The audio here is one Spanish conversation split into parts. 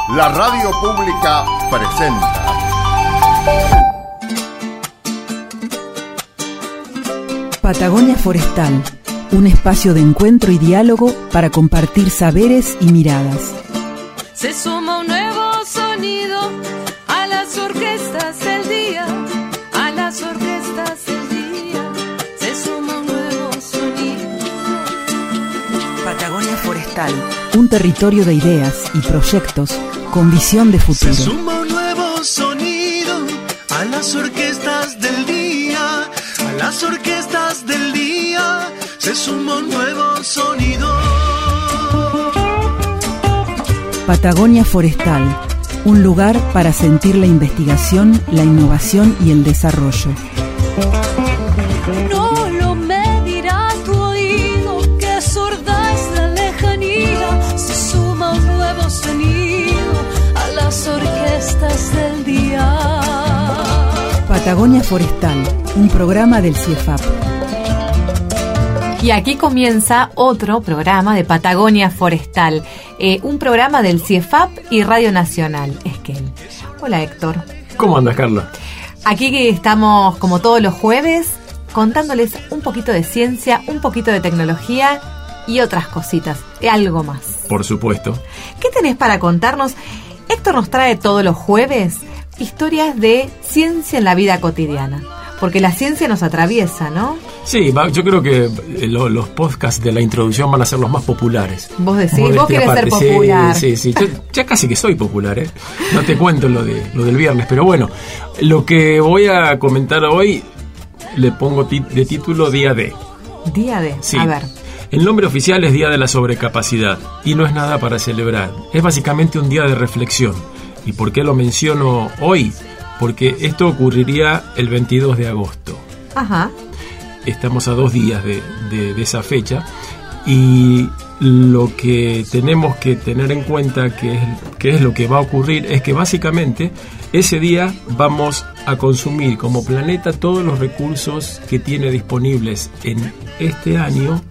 La radio pública presenta Patagonia Forestal, un espacio de encuentro y diálogo para compartir saberes y miradas. Se suma un nuevo sonido a las orquestas del día, a las orquestas del día. Se suma un nuevo sonido. Patagonia Forestal, un territorio de ideas y proyectos con visión de futuro. Se suma un nuevo sonido a las orquestas del día, a las orquestas del día. Se suma un nuevo sonido. Patagonia Forestal, un lugar para sentir la investigación, la innovación y el desarrollo. No lo medirá tu oído, que sorda es la lejanía. Se suma un nuevo sonido a las orquestas del día. Patagonia Forestal, un programa del CIEFAP. Y aquí comienza otro programa de Patagonia Forestal, un programa del CIEFAP y Radio Nacional, Esquel. Hola, Héctor. ¿Cómo andas, Carla? Aquí estamos, como todos los jueves, contándoles un poquito de ciencia, un poquito de tecnología y otras cositas, algo más. Por supuesto. ¿Qué tenés para contarnos? Héctor nos trae todos los jueves historias de ciencia en la vida cotidiana, porque la ciencia nos atraviesa, ¿no? Sí, yo creo que los podcasts de la introducción van a ser los más populares. Vos decís, vos querés ser popular. Sí. Yo ya casi que soy popular, ¿eh? No te cuento lo del viernes, pero bueno, lo que voy a comentar hoy le pongo de título Día D. Día D, sí. A ver. El nombre oficial es Día de la Sobrecapacidad y no es nada para celebrar. Es básicamente un día de reflexión. ¿Y por qué lo menciono hoy? Porque esto ocurriría el 22 de agosto. Ajá. Estamos a 2 días de esa fecha y lo que tenemos que tener en cuenta que es lo que va a ocurrir es que básicamente ese día vamos a consumir como planeta todos los recursos que tiene disponibles en este año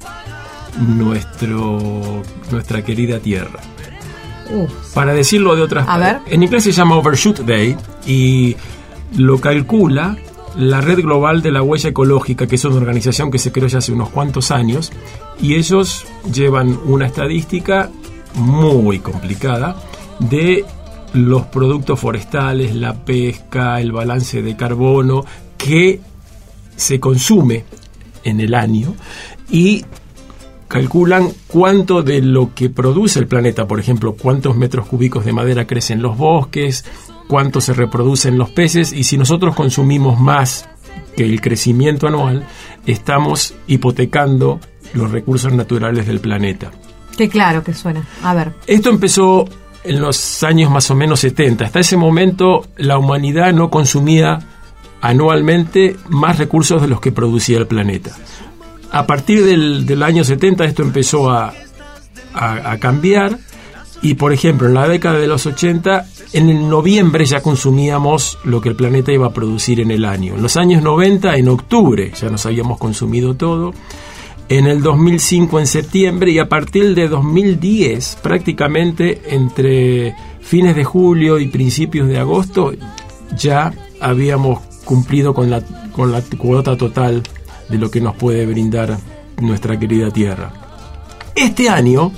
nuestra querida Tierra. Para decirlo de otras palabras, en inglés se llama Overshoot Day y lo calcula la Red Global de la Huella Ecológica, que es una organización que se creó ya hace unos cuantos años, y ellos llevan una estadística muy complicada de los productos forestales, la pesca, el balance de carbono que se consume en el año y calculan cuánto de lo que produce el planeta, por ejemplo, cuántos metros cúbicos de madera crecen los bosques, cuánto se reproducen los peces, y si nosotros consumimos más que el crecimiento anual, estamos hipotecando los recursos naturales del planeta. Qué claro que suena. A ver. Esto empezó en los años más o menos 70. Hasta ese momento la humanidad no consumía anualmente más recursos de los que producía el planeta. A partir del año 70 esto empezó a cambiar y, por ejemplo, en la década de los 80, en el noviembre ya consumíamos lo que el planeta iba a producir en el año. En los años 90, en octubre, ya nos habíamos consumido todo. En el 2005, en septiembre, y a partir de 2010, prácticamente entre fines de julio y principios de agosto, ya habíamos cumplido con la cuota total de lo que nos puede brindar nuestra querida Tierra. Este año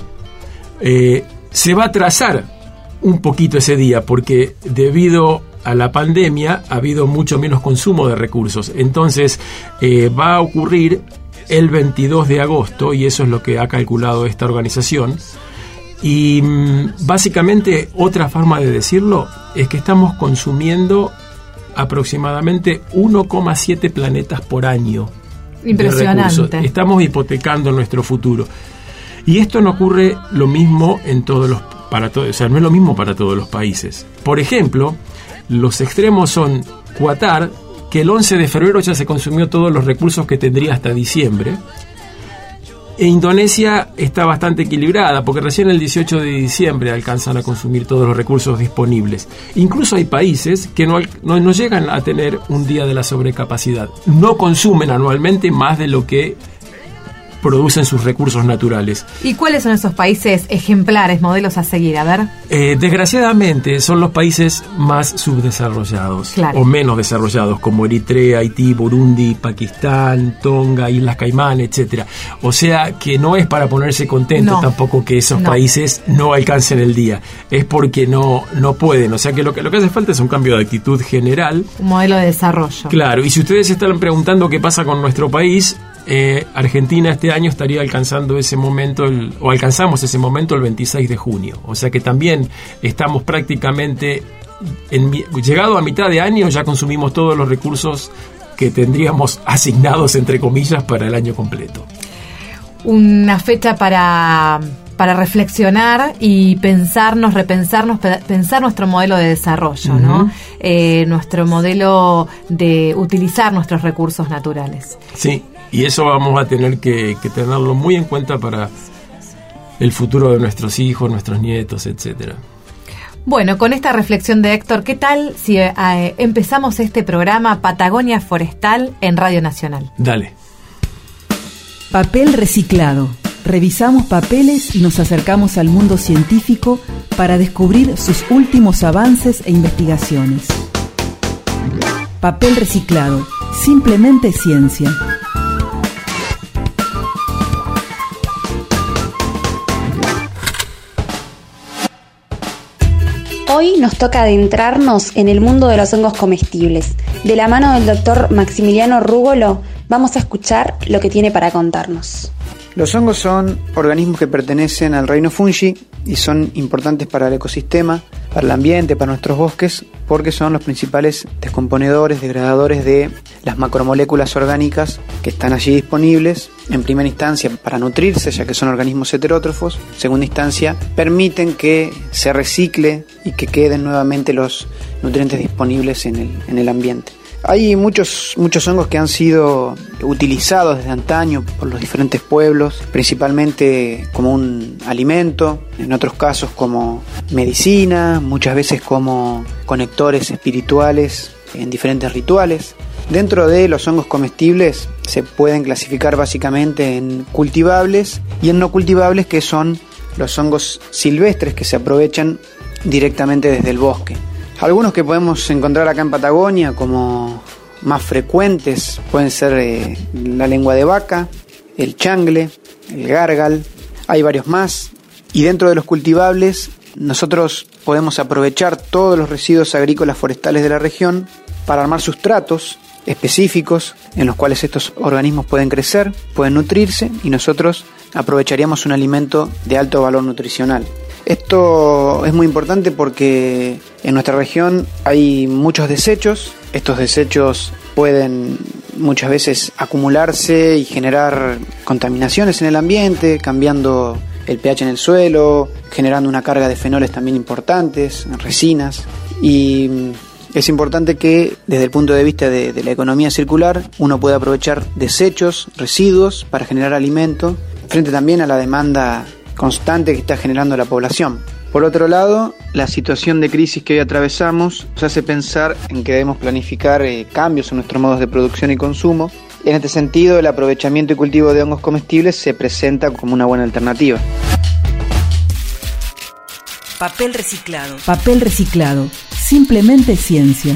se va a atrasar un poquito ese día porque debido a la pandemia ha habido mucho menos consumo de recursos. Entonces va a ocurrir el 22 de agosto y eso es lo que ha calculado esta organización. Y básicamente otra forma de decirlo es que estamos consumiendo aproximadamente 1,7 planetas por año. Impresionante. Estamos hipotecando nuestro futuro. Y esto no ocurre lo mismo no es lo mismo para todos los países. Por ejemplo, los extremos son Qatar, que el 11 de febrero ya se consumió todos los recursos que tendría hasta diciembre. E Indonesia está bastante equilibrada, porque recién el 18 de diciembre alcanzan a consumir todos los recursos disponibles. Incluso hay países que no llegan a tener un día de la sobrecapacidad. No consumen anualmente más de lo que producen sus recursos naturales. ¿Y cuáles son esos países ejemplares, modelos a seguir? A ver. Desgraciadamente son los países más subdesarrollados, claro, o menos desarrollados, como Eritrea, Haití, Burundi, Pakistán, Tonga, Islas Caimán, etcétera. O sea que no es para ponerse contento tampoco que esos países no alcancen el día, es porque no pueden. O sea que lo que hace falta es un cambio de actitud general, un modelo de desarrollo. Claro, y si ustedes están preguntando qué pasa con nuestro país, Argentina este año estaría alcanzando ese momento, alcanzamos ese momento el 26 de junio. O sea que también estamos prácticamente, llegado a mitad de año, ya consumimos todos los recursos que tendríamos asignados, entre comillas, para el año completo. Una fecha para reflexionar y pensarnos, repensarnos, pensar nuestro modelo de desarrollo, ¿no? Nuestro modelo de utilizar nuestros recursos naturales. Sí, y eso vamos a tener que tenerlo muy en cuenta para el futuro de nuestros hijos, nuestros nietos, etcétera. Bueno, con esta reflexión de Héctor, ¿qué tal si empezamos este programa Patagonia Forestal en Radio Nacional? Dale. Papel reciclado. Revisamos papeles y nos acercamos al mundo científico para descubrir sus últimos avances e investigaciones. Papel reciclado. Simplemente ciencia. Hoy nos toca adentrarnos en el mundo de los hongos comestibles. De la mano del doctor Maximiliano Rugolo, vamos a escuchar lo que tiene para contarnos. Los hongos son organismos que pertenecen al reino fungi y son importantes para el ecosistema, para el ambiente, para nuestros bosques, porque son los principales descomponedores, degradadores de las macromoléculas orgánicas que están allí disponibles, en primera instancia para nutrirse, ya que son organismos heterótrofos, en segunda instancia permiten que se recicle y que queden nuevamente los nutrientes disponibles en el ambiente. Hay muchos hongos que han sido utilizados desde antaño por los diferentes pueblos, principalmente como un alimento, en otros casos como medicina, muchas veces como conectores espirituales en diferentes rituales. Dentro de los hongos comestibles se pueden clasificar básicamente en cultivables y en no cultivables, que son los hongos silvestres que se aprovechan directamente desde el bosque. Algunos que podemos encontrar acá en Patagonia como más frecuentes pueden ser la lengua de vaca, el changle, el gárgal, hay varios más. Y dentro de los cultivables nosotros podemos aprovechar todos los residuos agrícolas forestales de la región para armar sustratos específicos en los cuales estos organismos pueden crecer, pueden nutrirse y nosotros aprovecharíamos un alimento de alto valor nutricional. Esto es muy importante porque en nuestra región hay muchos desechos. Estos desechos pueden muchas veces acumularse y generar contaminaciones en el ambiente, cambiando el pH en el suelo, generando una carga de fenoles también importantes, resinas. Y es importante que desde el punto de vista de la economía circular uno pueda aprovechar desechos, residuos para generar alimento, frente también a la demanda constante que está generando la población. Por otro lado, la situación de crisis que hoy atravesamos nos hace pensar en que debemos planificar cambios en nuestros modos de producción y consumo. En este sentido, el aprovechamiento y cultivo de hongos comestibles se presenta como una buena alternativa. Papel reciclado. Papel reciclado. Simplemente ciencia.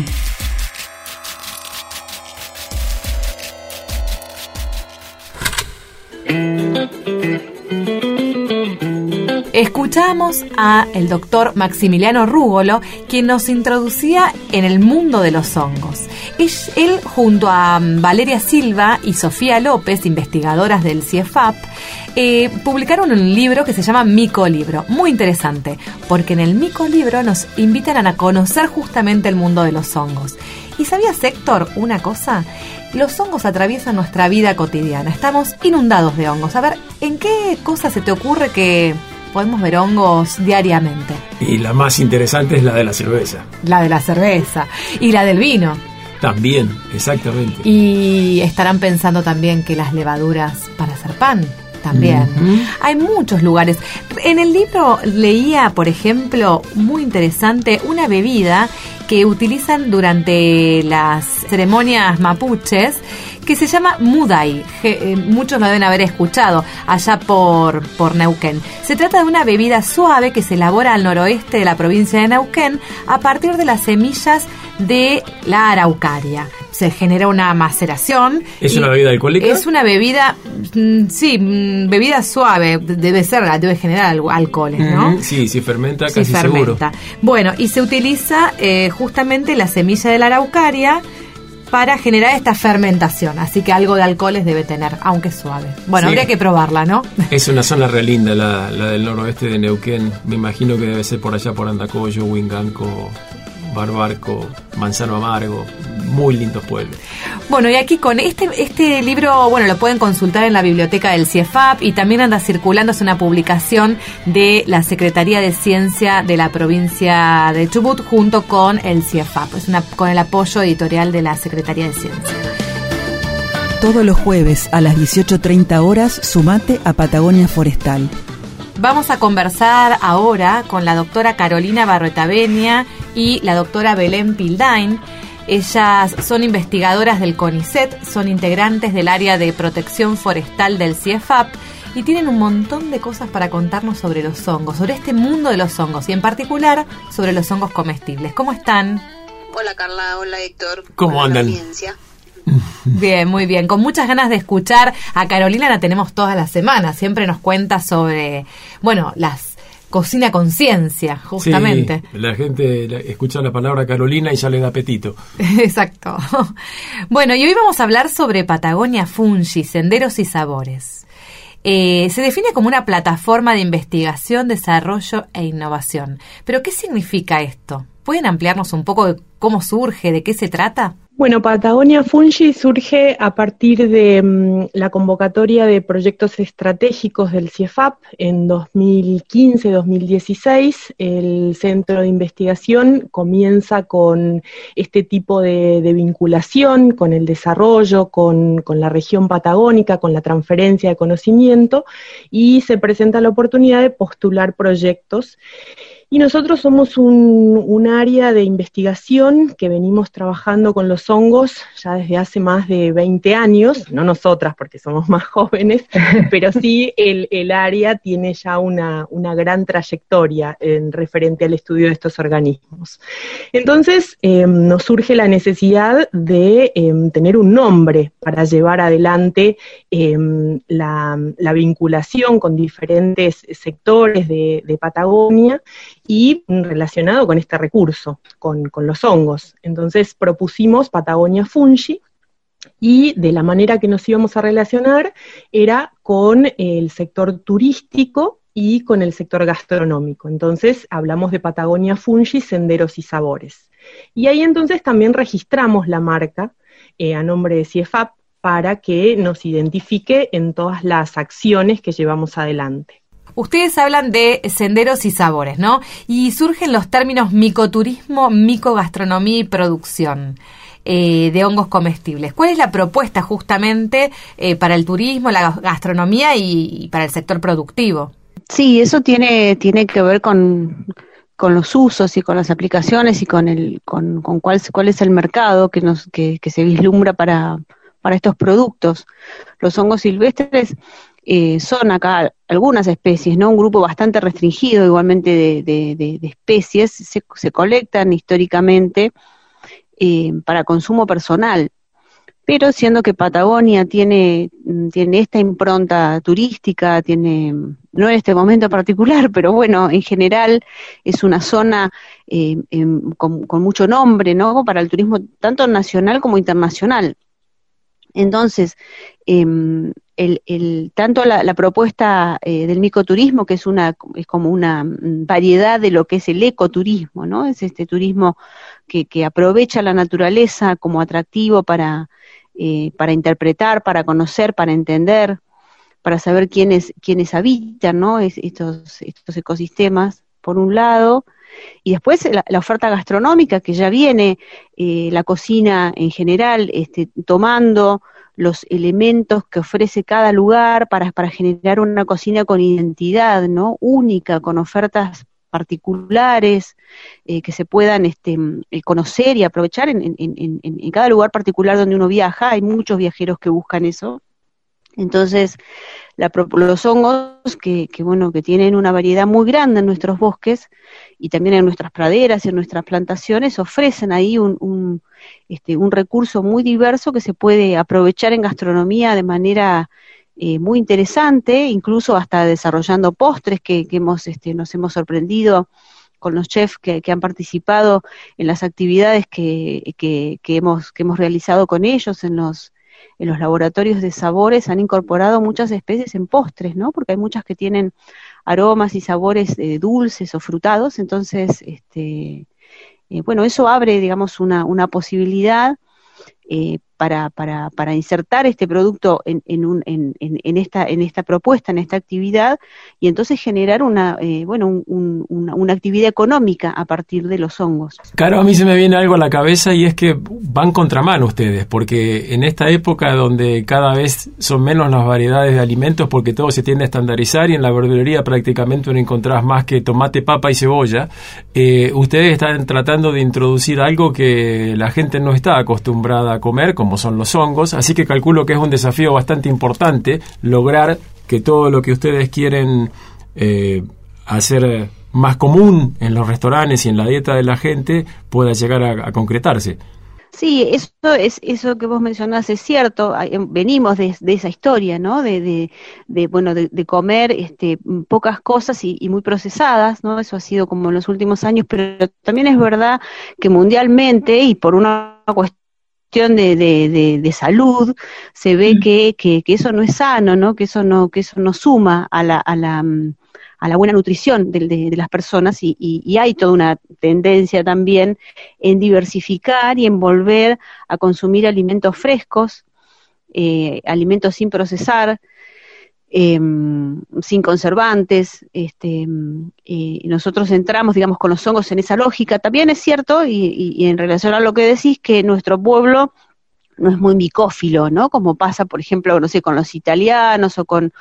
Escuchamos a el doctor Maximiliano Rugolo, quien nos introducía en el mundo de los hongos. Él, junto a Valeria Silva y Sofía López, investigadoras del CIEFAP, publicaron un libro que se llama Micolibro, muy interesante, porque en el Micolibro nos invitan a conocer justamente el mundo de los hongos. ¿Y sabías, Héctor, una cosa? Los hongos atraviesan nuestra vida cotidiana, estamos inundados de hongos. A ver, ¿en qué cosa se te ocurre que podemos ver hongos diariamente? Y la más interesante es la de la cerveza. La de la cerveza y la del vino. También, exactamente. Y estarán pensando también que las levaduras para hacer pan también. Uh-huh. Hay muchos lugares. En el libro leía, por ejemplo, muy interesante, una bebida que utilizan durante las ceremonias mapuches, que se llama Mudai. Muchos lo deben haber escuchado allá por Neuquén. Se trata de una bebida suave que se elabora al noroeste de la provincia de Neuquén a partir de las semillas de la araucaria. Se genera una maceración. ¿Es una bebida alcohólica? Es una bebida, bebida suave, debe generar alcoholes, ¿no? Sí, si fermenta, sí, casi fermenta. Seguro. Bueno, y se utiliza justamente la semilla de la araucaria para generar esta fermentación, así que algo de alcoholes debe tener, aunque es suave. Bueno, sí. Habría que probarla, ¿no? Es una zona re linda, la del noroeste de Neuquén. Me imagino que debe ser por allá por Andacollo, Huinganco, Barbarco, Manzano Amargo, muy lindos pueblos. Bueno, y aquí con este libro, bueno, lo pueden consultar en la biblioteca del CIEFAP y también anda circulando, es una publicación de la Secretaría de Ciencia de la provincia de Chubut junto con el CIEFAP, con el apoyo editorial de la Secretaría de Ciencia. Todos los jueves a las 18:30 horas, sumate a Patagonia Forestal. Vamos a conversar ahora con la doctora Carolina Barroetaveña y la doctora Belén Pildain. Ellas son investigadoras del CONICET, son integrantes del área de protección forestal del CIEFAP y tienen un montón de cosas para contarnos sobre los hongos, sobre este mundo de los hongos y en particular sobre los hongos comestibles. ¿Cómo están? Hola Carla, hola Héctor. ¿Cómo andan? Bien, muy bien. Con muchas ganas de escuchar a Carolina, la tenemos todas las semanas. Siempre nos cuenta sobre, bueno, las cocina con ciencia, justamente. Sí, la gente escucha la palabra Carolina y ya le da apetito. Exacto. Bueno, y hoy vamos a hablar sobre Patagonia Fungi, senderos y sabores. Se define como una plataforma de investigación, desarrollo e innovación. ¿Pero qué significa esto? ¿Pueden ampliarnos un poco de cómo surge, de qué se trata? Bueno, Patagonia Fungi surge a partir de la convocatoria de proyectos estratégicos del CIEFAP en 2015-2016. El centro de investigación comienza con este tipo de vinculación, con el desarrollo, con la región patagónica, con la transferencia de conocimiento, y se presenta la oportunidad de postular proyectos. Y nosotros somos un área de investigación que venimos trabajando con los hongos ya desde hace más de 20 años, no nosotras porque somos más jóvenes, pero sí el área tiene ya una gran trayectoria en referente al estudio de estos organismos. Entonces nos surge la necesidad de tener un nombre para llevar adelante la vinculación con diferentes sectores de Patagonia y relacionado con este recurso, con los hongos. Entonces propusimos Patagonia Fungi y de la manera que nos íbamos a relacionar era con el sector turístico y con el sector gastronómico. Entonces hablamos de Patagonia Fungi, senderos y sabores. Y ahí entonces también registramos la marca a nombre de CIEFAP para que nos identifique en todas las acciones que llevamos adelante. Ustedes hablan de senderos y sabores, ¿no? Y surgen los términos micoturismo, micogastronomía y producción de hongos comestibles. ¿Cuál es la propuesta justamente para el turismo, la gastronomía y para el sector productivo? Sí, eso tiene que ver con los usos y con las aplicaciones y con cuál es el mercado que se vislumbra para estos productos. Los hongos silvestres son acá algunas especies, ¿no? Un grupo bastante restringido igualmente de especies, se colectan históricamente para consumo personal, pero siendo que Patagonia tiene esta impronta turística, no en este momento particular, pero bueno, en general es una zona con mucho nombre, ¿no? Para el turismo tanto nacional como internacional. Entonces, tanto la propuesta del micoturismo, que es como una variedad de lo que es el ecoturismo, ¿no? Es este turismo que aprovecha la naturaleza como atractivo para interpretar, para conocer, para entender, para saber quiénes habitan, ¿no? Estos ecosistemas, por un lado. Y después la oferta gastronómica que ya viene, la cocina en general, tomando los elementos que ofrece cada lugar para generar una cocina con identidad, ¿no? Única, con ofertas particulares, que se puedan conocer y aprovechar en cada lugar particular donde uno viaja. Hay muchos viajeros que buscan eso. Entonces, los hongos que tienen una variedad muy grande en nuestros bosques y también en nuestras praderas y en nuestras plantaciones, ofrecen ahí un recurso muy diverso que se puede aprovechar en gastronomía de manera muy interesante, incluso hasta desarrollando postres que nos hemos sorprendido con los chefs que han participado en las actividades que hemos realizado con ellos en los laboratorios de sabores. Han incorporado muchas especies en postres, ¿no? Porque hay muchas que tienen aromas y sabores dulces o frutados. Entonces, eso abre, digamos, una posibilidad para insertar este producto en esta propuesta, en esta actividad, y entonces generar una actividad económica a partir de los hongos. Claro, a mí se me viene algo a la cabeza y es que van contramano ustedes, porque en esta época donde cada vez son menos las variedades de alimentos porque todo se tiende a estandarizar y en la verdulería prácticamente no encontrás más que tomate, papa y cebolla, ustedes están tratando de introducir algo que la gente no está acostumbrada a comer, como son los hongos, así que calculo que es un desafío bastante importante lograr que todo lo que ustedes quieren hacer más común en los restaurantes y en la dieta de la gente pueda llegar a concretarse. Sí, eso que vos mencionás es cierto. Venimos de esa historia, ¿no? De comer pocas cosas y muy procesadas, ¿no? Eso ha sido como en los últimos años, pero también es verdad que mundialmente y por una cuestión de salud se ve que eso no es sano, ¿no? Que eso no suma a la buena nutrición de las personas y hay toda una tendencia también en diversificar y en volver a consumir alimentos frescos, alimentos sin procesar, sin conservantes. Nosotros entramos, digamos, con los hongos en esa lógica. También es cierto, y en relación a lo que decís, que nuestro pueblo no es muy micófilo, ¿no? Como pasa, por ejemplo, no sé, con los italianos o con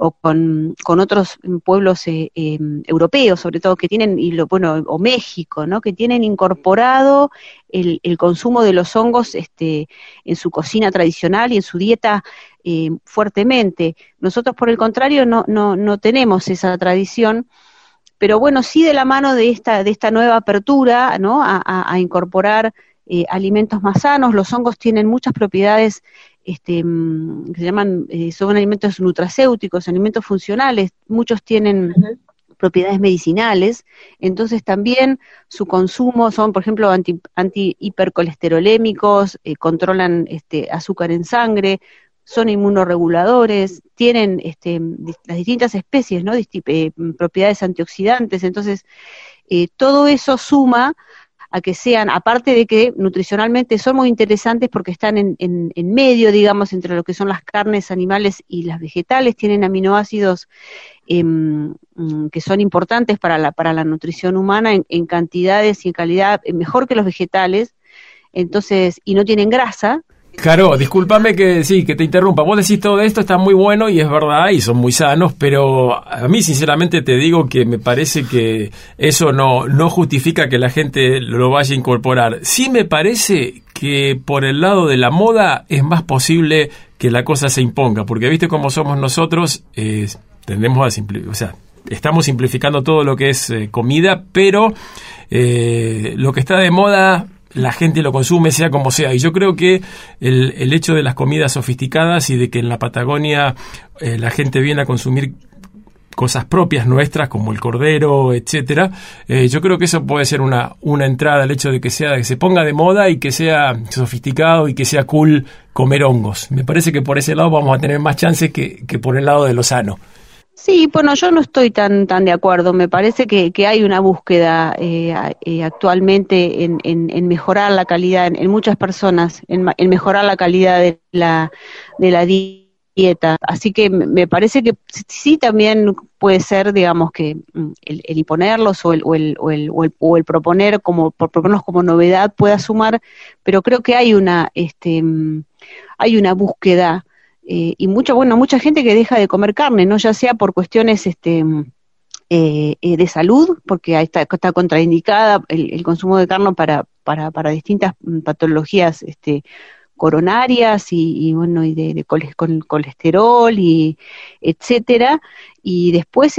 otros pueblos europeos, sobre todo, que tienen, o México, ¿no? Que tienen incorporado el consumo de los hongos en su cocina tradicional y en su dieta fuertemente. Nosotros, por el contrario, no tenemos esa tradición, pero bueno, sí de la mano de esta nueva apertura, ¿no? A incorporar alimentos más sanos. Los hongos tienen muchas propiedades que se llaman, son alimentos nutracéuticos, alimentos funcionales, muchos tienen propiedades medicinales, entonces también su consumo son, por ejemplo, anti-hipercolesterolémicos, controlan azúcar en sangre, son inmunorreguladores, tienen las distintas especies, ¿no? Propiedades antioxidantes. Entonces todo eso suma a que sean, aparte de que nutricionalmente son muy interesantes porque están en medio, digamos, entre lo que son las carnes animales y las vegetales, tienen aminoácidos que son importantes para la nutrición humana en cantidades y en calidad mejor que los vegetales, entonces, y no tienen grasa. Caro, discúlpame que te interrumpa. Vos decís todo esto, está muy bueno y es verdad, y son muy sanos, pero a mí sinceramente te digo que me parece que eso no justifica que la gente lo vaya a incorporar. Sí me parece que por el lado de la moda es más posible que la cosa se imponga, porque viste cómo somos nosotros, tendemos a simplificar, estamos simplificando todo lo que es comida, pero lo que está de moda la gente lo consume sea como sea, y yo creo que el hecho de las comidas sofisticadas y de que en la Patagonia la gente viene a consumir cosas propias nuestras como el cordero, etcétera, yo creo que eso puede ser una entrada, el hecho de que se ponga de moda y que sea sofisticado y que sea cool comer hongos. Me parece que por ese lado vamos a tener más chances que por el lado de lo sano. Sí, bueno, yo no estoy tan de acuerdo. Me parece que hay una búsqueda actualmente en mejorar la calidad, en muchas personas, en mejorar la calidad de la dieta. Así que me parece que sí también puede ser, digamos, que el imponerlos o el proponernos como novedad pueda sumar, pero creo que hay una búsqueda. Y mucha gente que deja de comer carne, no ya sea por cuestiones de salud, porque ahí está contraindicada el consumo de carne para distintas patologías coronarias y de colesterol y etcétera, y después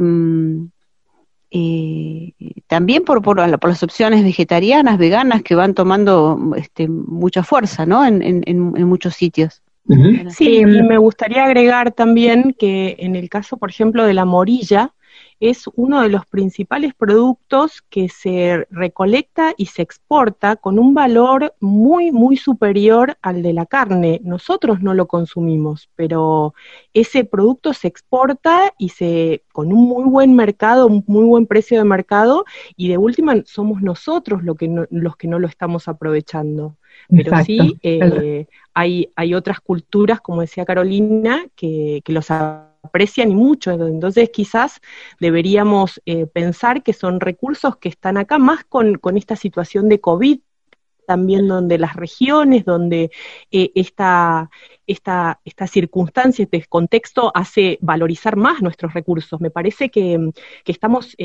también por las opciones vegetarianas, veganas, que van tomando mucha fuerza, ¿no? En muchos sitios. Sí, y me gustaría agregar también que en el caso, por ejemplo, de la morilla, es uno de los principales productos que se recolecta y se exporta con un valor muy, muy superior al de la carne. Nosotros no lo consumimos, pero ese producto se exporta y con un muy buen mercado, un muy buen precio de mercado, y de última somos nosotros los que no lo estamos aprovechando. Pero exacto, sí, hay otras culturas, como decía Carolina, que los aprecian y mucho, entonces quizás deberíamos pensar que son recursos que están acá, más con esta situación de COVID, también donde las regiones, donde esta circunstancia, este contexto hace valorizar más nuestros recursos. Me parece que estamos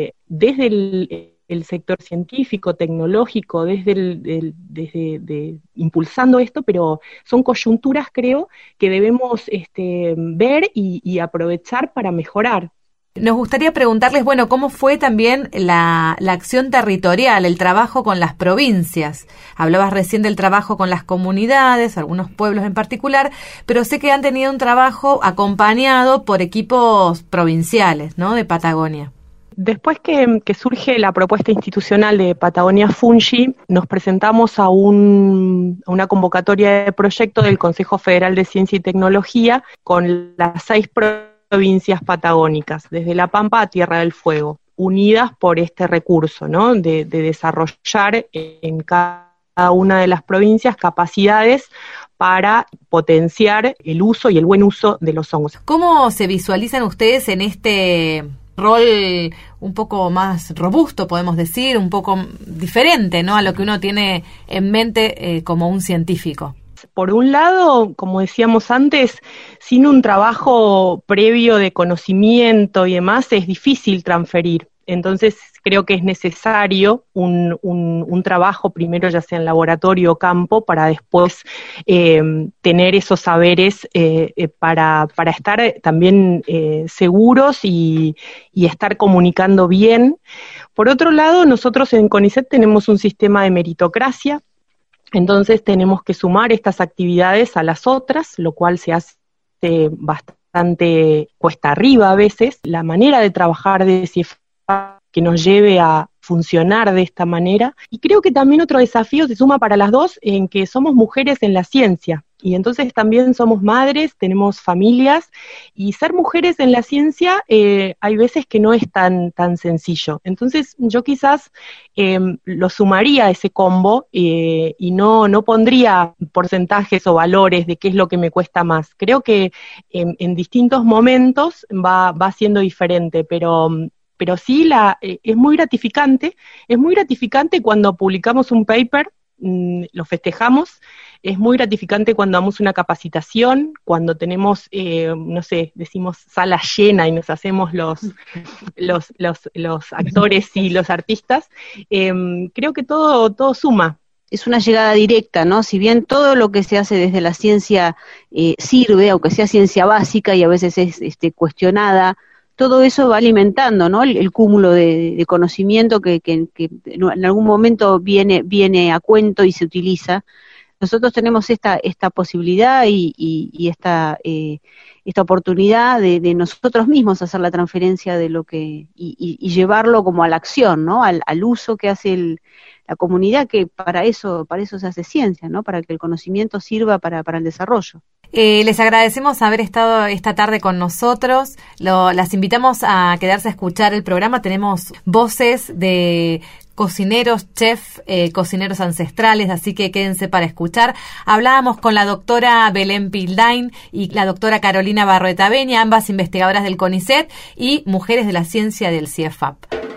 desde el sector científico, tecnológico, desde impulsando esto, pero son coyunturas, creo, que debemos ver y aprovechar para mejorar. Nos gustaría preguntarles, bueno, ¿cómo fue también la acción territorial, el trabajo con las provincias? Hablabas recién del trabajo con las comunidades, algunos pueblos en particular, pero sé que han tenido un trabajo acompañado por equipos provinciales, ¿no?, de Patagonia. Después que surge la propuesta institucional de Patagonia Fungi, nos presentamos a una convocatoria de proyecto del Consejo Federal de Ciencia y Tecnología con las 6 provincias patagónicas, desde La Pampa a Tierra del Fuego, unidas por este recurso, ¿no?, de desarrollar en cada una de las provincias capacidades para potenciar el uso y el buen uso de los hongos. ¿Cómo se visualizan ustedes en este rol un poco más robusto, podemos decir, un poco diferente, ¿no?, a lo que uno tiene en mente como un científico? Por un lado, como decíamos antes, sin un trabajo previo de conocimiento y demás, es difícil transferir. Entonces, creo que es necesario un trabajo, primero ya sea en laboratorio o campo, para después tener esos saberes para estar también seguros y estar comunicando bien. Por otro lado, nosotros en CONICET tenemos un sistema de meritocracia, entonces tenemos que sumar estas actividades a las otras, lo cual se hace bastante cuesta arriba a veces. La manera de trabajar de CIEFAP que nos lleve a funcionar de esta manera. Y creo que también otro desafío se suma para las dos, en que somos mujeres en la ciencia, y entonces también somos madres, tenemos familias, y ser mujeres en la ciencia hay veces que no es tan sencillo. Entonces yo quizás lo sumaría a ese combo y no pondría porcentajes o valores de qué es lo que me cuesta más. Creo que en distintos momentos va siendo diferente, pero sí es muy gratificante cuando publicamos un paper, lo festejamos, es muy gratificante cuando damos una capacitación, cuando tenemos, decimos sala llena y nos hacemos los actores y los artistas. Creo que todo suma. Es una llegada directa, ¿no? Si bien todo lo que se hace desde la ciencia sirve, aunque sea ciencia básica y a veces es cuestionada, todo eso va alimentando, ¿no?, el cúmulo de conocimiento que en algún momento viene a cuento y se utiliza. Nosotros tenemos esta posibilidad y esta oportunidad de nosotros mismos hacer la transferencia de lo que y llevarlo como a la acción, ¿no?, al uso que hace la comunidad, que para eso se hace ciencia, ¿no?, para que el conocimiento sirva para el desarrollo. Les agradecemos haber estado esta tarde con nosotros. Las invitamos a quedarse a escuchar el programa. Tenemos voces de cocineros, chefs, cocineros ancestrales, así que quédense para escuchar. Hablábamos con la doctora Belén Pildain y la doctora Carolina Barrueta Beña, ambas investigadoras del CONICET y mujeres de la ciencia del CIEFAP.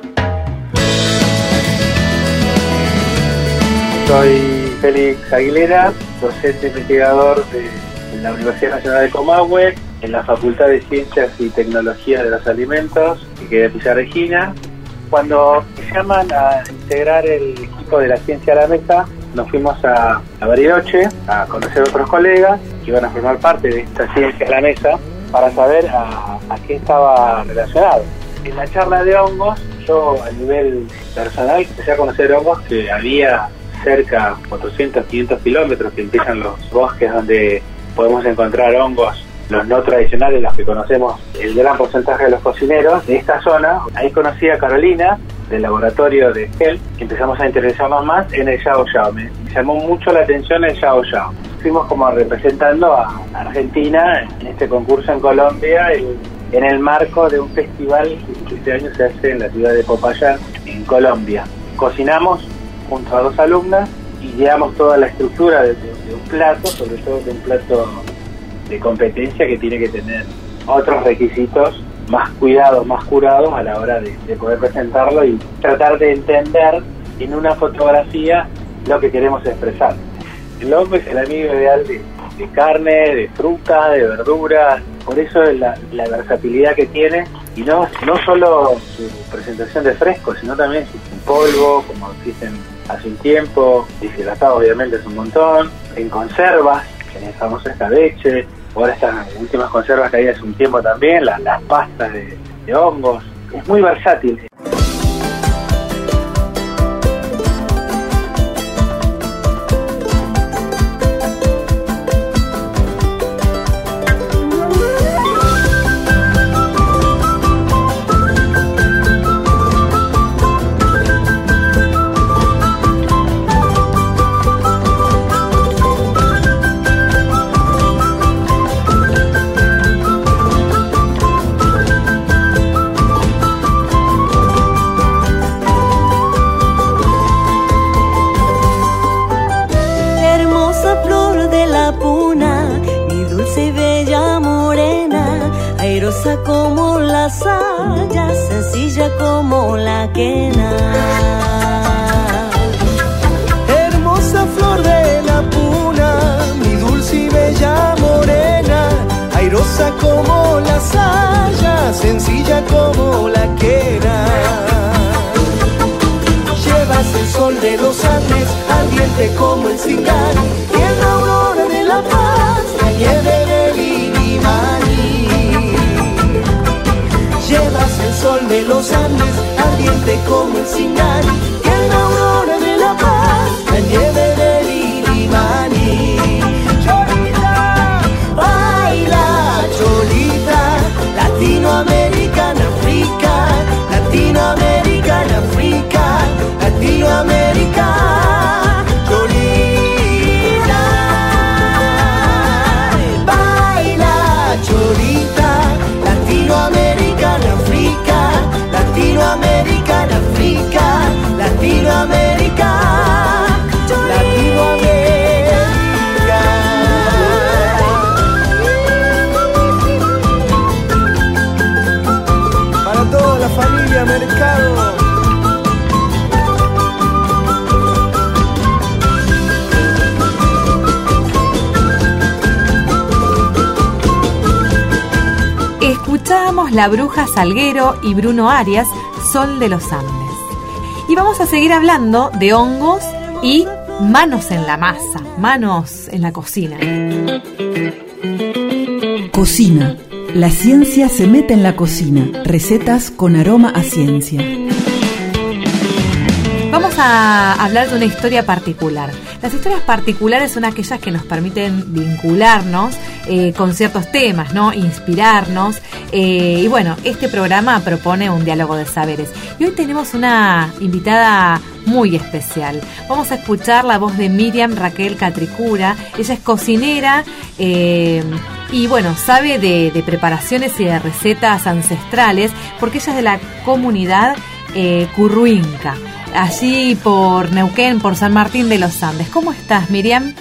Soy Félix Aguilera, docente investigador de la Universidad Nacional de Comahue, en la Facultad de Ciencias y Tecnología de los Alimentos, que queda en Villa Regina. Cuando me llaman a integrar el equipo de la Ciencia a la Mesa, nos fuimos a Bariloche a conocer otros colegas que iban a formar parte de esta Ciencia a la Mesa para saber a qué estaba relacionado. En la charla de hongos, yo a nivel personal empecé a conocer hongos que había cerca 400, 500 kilómetros que empiezan los bosques donde podemos encontrar hongos, los no tradicionales, los que conocemos el gran porcentaje de los cocineros de esta zona. Ahí conocí a Carolina del laboratorio de GEL, que empezamos a interesarnos más en el Yao Yao. Me llamó mucho la atención el Yao Yao. Fuimos como representando a Argentina en este concurso en Colombia, en el marco de un festival que este año se hace en la ciudad de Popayán, en Colombia. Cocinamos junto a 2 alumnas y llevamos toda la estructura de un plato, sobre todo de un plato de competencia que tiene que tener otros requisitos más cuidados, más curados a la hora de poder presentarlo y tratar de entender en una fotografía lo que queremos expresar. El hongo es el amigo ideal de carne, de fruta, de verduras, por eso es la versatilidad que tiene, y no solo su presentación de fresco, sino también en polvo, como dicen hace un tiempo, deshidratado obviamente es un montón, en conservas, en el famoso escabeche, ahora estas últimas conservas que hay hace un tiempo también, las pastas de hongos, es muy versátil. Como la saya, sencilla como la quena. Hermosa flor de la puna, mi dulce y bella morena, airosa como la saya, sencilla como la quena. Llevas el sol de los Andes, ardiente como el Singán, y en la aurora de la paz, la nieve del Illimani. Llevas el sol de los Andes, ardiente como el Singán, y en la aurora de la paz, la nieve del Illimani. Cholita, baila, Cholita, Latinoamericana, África, Latinoamericana, África, Latinoamérica. Cholita, baila, Cholita, Latinoamericana, África, Latinoamericana, África, Latinoamérica, Latinoamérica. Para toda la familia Mercado. Escuchábamos La Bruja Salguero y Bruno Arias, Sol de los Andes. Y vamos a seguir hablando de hongos y manos en la masa, manos en la cocina. Cocina. La ciencia se mete en la cocina. Recetas con aroma a ciencia. Vamos a hablar de una historia particular. Las historias particulares son aquellas que nos permiten vincularnos con ciertos temas, ¿no? Inspirarnos. Y bueno, este programa propone un diálogo de saberes. Y hoy tenemos una invitada muy especial. Vamos a escuchar la voz de Miriam Raquel Catricura. Ella es cocinera y bueno, sabe de preparaciones y de recetas ancestrales porque ella es de la comunidad Curruinca, allí por Neuquén, por San Martín de los Andes. ¿Cómo estás, Miriam?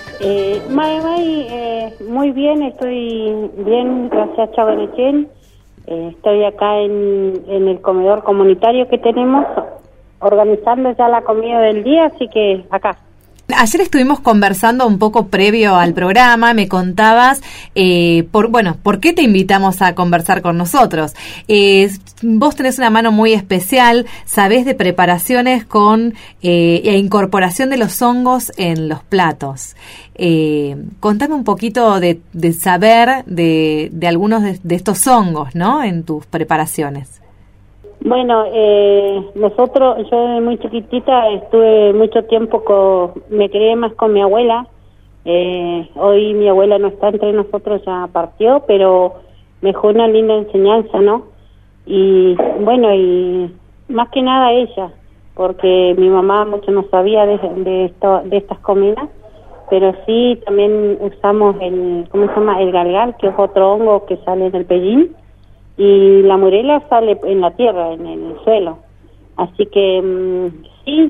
Muy bien, estoy bien, gracias, Chabanechén. Estoy acá en el comedor comunitario que tenemos, organizando ya la comida del día, así que acá. Ayer estuvimos conversando un poco previo al programa, me contabas, ¿por qué te invitamos a conversar con nosotros? Vos tenés una mano muy especial, sabés de preparaciones con e incorporación de los hongos en los platos. Contame un poquito de saber de algunos de estos hongos, ¿no?, en tus preparaciones. Bueno, yo de muy chiquitita estuve mucho tiempo me crié más con mi abuela. Hoy mi abuela no está entre nosotros, ya partió, pero me dejó una linda enseñanza, ¿no? Y bueno, y más que nada ella, porque mi mamá mucho no sabía de estas comidas, pero sí también usamos el galgal, que es otro hongo que sale en el pellín. Y la morela sale en la tierra, en el suelo. Así que sí,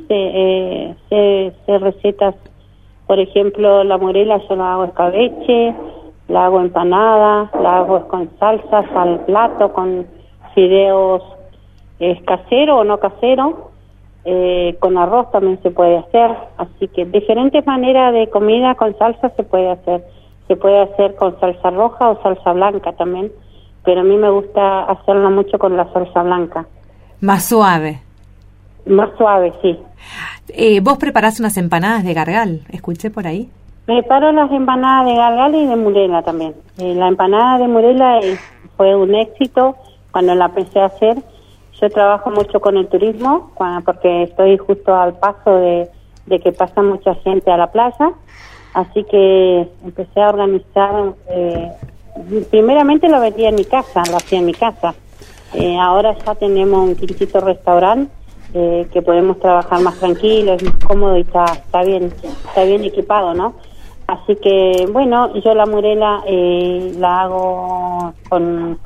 se recetas. Por ejemplo, la morela yo la hago escabeche, la hago empanada, la hago con salsas al plato, con fideos casero o no casero, con arroz también se puede hacer. Así que diferentes maneras de comida con salsa se puede hacer. Se puede hacer con salsa roja o salsa blanca también, pero a mí me gusta hacerlo mucho con la salsa blanca. Más suave. Más suave, sí. Vos preparás unas empanadas de gargal, escuché por ahí. Preparo las empanadas de gargal y de murela también. La empanada de murela fue un éxito cuando la empecé a hacer. Yo trabajo mucho con el turismo, porque estoy justo al paso de que pasa mucha gente a la playa. Así que empecé a organizar... primeramente lo vendía en mi casa, lo hacía en mi casa. Ahora ya tenemos un quinchito restaurante que podemos trabajar más tranquilo, es más cómodo y está bien equipado, ¿no? Así que, bueno, yo la murela la hago con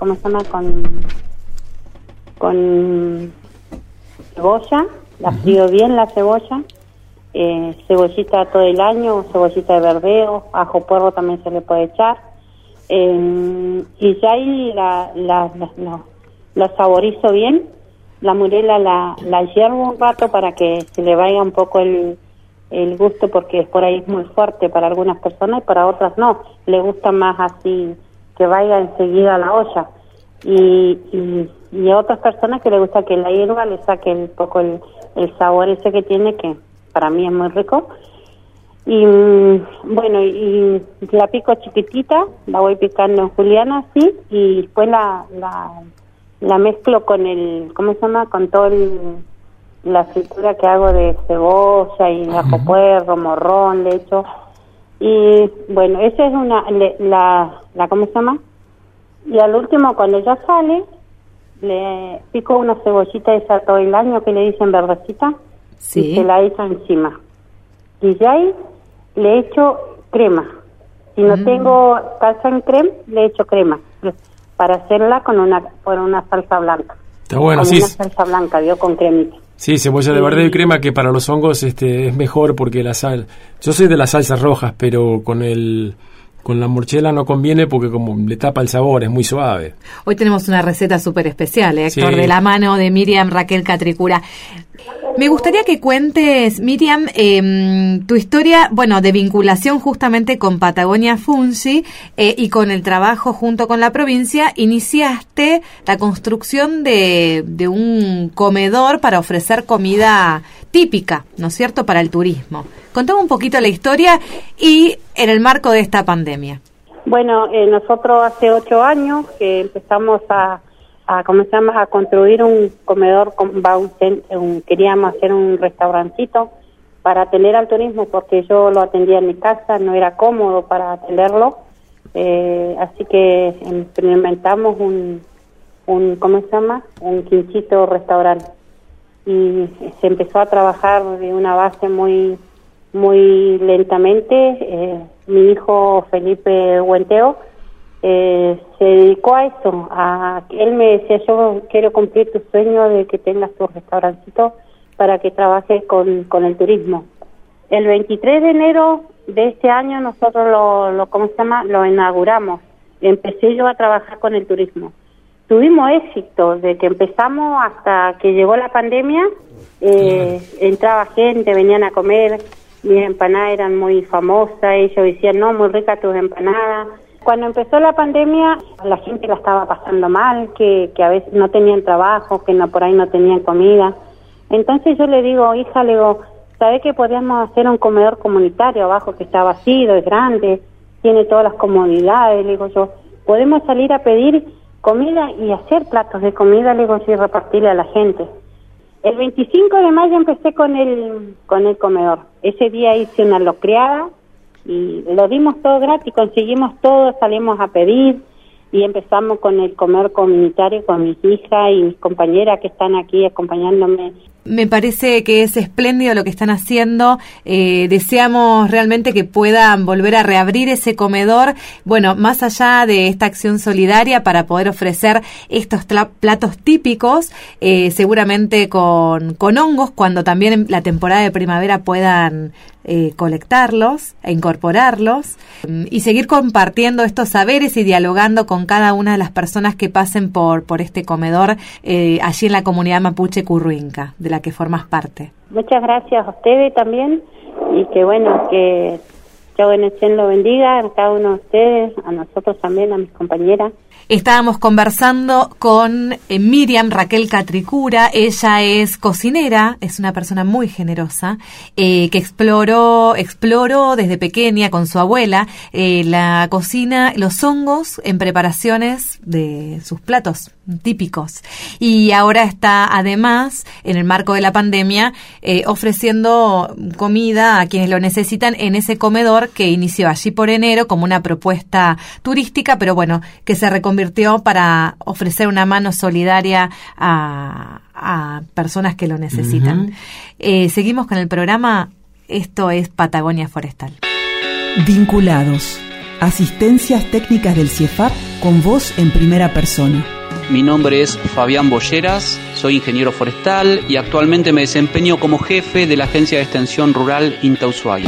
cebolla, la frío bien la cebolla, cebollita todo el año, cebollita de verdeo, ajo porro también se le puede echar. Y ya ahí la saborizo bien. La murela la hiervo un rato para que se le vaya un poco el gusto, porque por ahí es muy fuerte para algunas personas y para otras no, le gusta más así, que vaya enseguida a la olla. Y a otras personas que le gusta que la hierba le saque un poco el sabor ese que tiene, que para mí es muy rico. Y bueno, y la pico chiquitita, la voy picando en juliana así, y después la mezclo con con todo la fritura que hago de cebolla y ajo puerro, morrón, le echo. Y bueno, esa es y al último, cuando ya sale, le pico una cebollita esa todo el año que le dicen verdecita, sí, y se la echo encima. Y ya ahí le echo crema. Si no tengo salsa en crema, le echo crema para hacerla con una salsa blanca. Está bueno, con sí. Una salsa blanca, con cremita. Sí, cebolla de verdeo y crema, que para los hongos es mejor porque la sal. Yo soy de las salsas rojas, pero con la morchela no conviene porque como le tapa el sabor, es muy suave. Hoy tenemos una receta súper especial, Héctor, sí, de la mano de Miriam Raquel Catricura. Me gustaría que cuentes, Miriam, tu historia, de vinculación justamente con Patagonia Fungi y con el trabajo junto con la provincia. Iniciaste la construcción de un comedor para ofrecer comida típica, ¿no es cierto?, para el turismo. Contame un poquito la historia y en el marco de esta pandemia. Bueno, nosotros hace 8 años que empezamos a construir un comedor, queríamos hacer un restaurancito para atender al turismo, porque yo lo atendía en mi casa, no era cómodo para atenderlo, así que implementamos un quinchito restaurante, y se empezó a trabajar de una base muy lentamente. Mi hijo Felipe Huenteo se dedicó a eso, él me decía: yo quiero cumplir tu sueño de que tengas tu restaurancito para que trabajes con el turismo. El 23 de enero de este año nosotros lo inauguramos. Empecé yo a trabajar con el turismo. Tuvimos éxito de que empezamos hasta que llegó la pandemia. Entraba gente, venían a comer, mis empanadas eran muy famosas, ellos decían, no, muy ricas tus empanadas. Cuando empezó la pandemia, la gente la estaba pasando mal, que a veces no tenían trabajo, que no por ahí no tenían comida. Entonces yo le digo, hija, le digo, ¿sabés que podríamos hacer un comedor comunitario abajo que está vacío, es grande, tiene todas las comodidades? Le digo yo, podemos salir a pedir comida y hacer platos de comida, le digo, y repartirle a la gente. El 25 de mayo empecé con el comedor. Ese día hice una locreada y lo dimos todo gratis, conseguimos todo, salimos a pedir y empezamos con el comer comunitario con mis hijas y mis compañeras que están aquí acompañándome. Me parece que es espléndido lo que están haciendo. Deseamos realmente que puedan volver a reabrir ese comedor, bueno, más allá de esta acción solidaria para poder ofrecer estos platos típicos, seguramente con hongos, cuando también en la temporada de primavera puedan colectarlos e incorporarlos y seguir compartiendo estos saberes y dialogando con cada una de las personas que pasen por este comedor allí en la comunidad mapuche Curruinca, de la que formas parte. Muchas gracias a ustedes también y que bueno, que Yahweh lo bendiga a cada uno de ustedes, a nosotros también, a mis compañeras. Estábamos conversando con Miriam Raquel Catricura. Ella es cocinera, es una persona muy generosa, que exploró desde pequeña con su abuela la cocina, los hongos en preparaciones de sus platos típicos. Y ahora está además, en el marco de la pandemia, ofreciendo comida a quienes lo necesitan en ese comedor que inició allí por enero como una propuesta turística, pero bueno, que se reconvirtió para ofrecer una mano solidaria a personas que lo necesitan. Seguimos con el programa. Esto es Patagonia Forestal. Vinculados. Asistencias técnicas del CIEFAP con voz en primera persona. Mi nombre es Fabián Bolleras, soy ingeniero forestal y actualmente me desempeño como jefe de la Agencia de Extensión Rural INTA Ushuaia.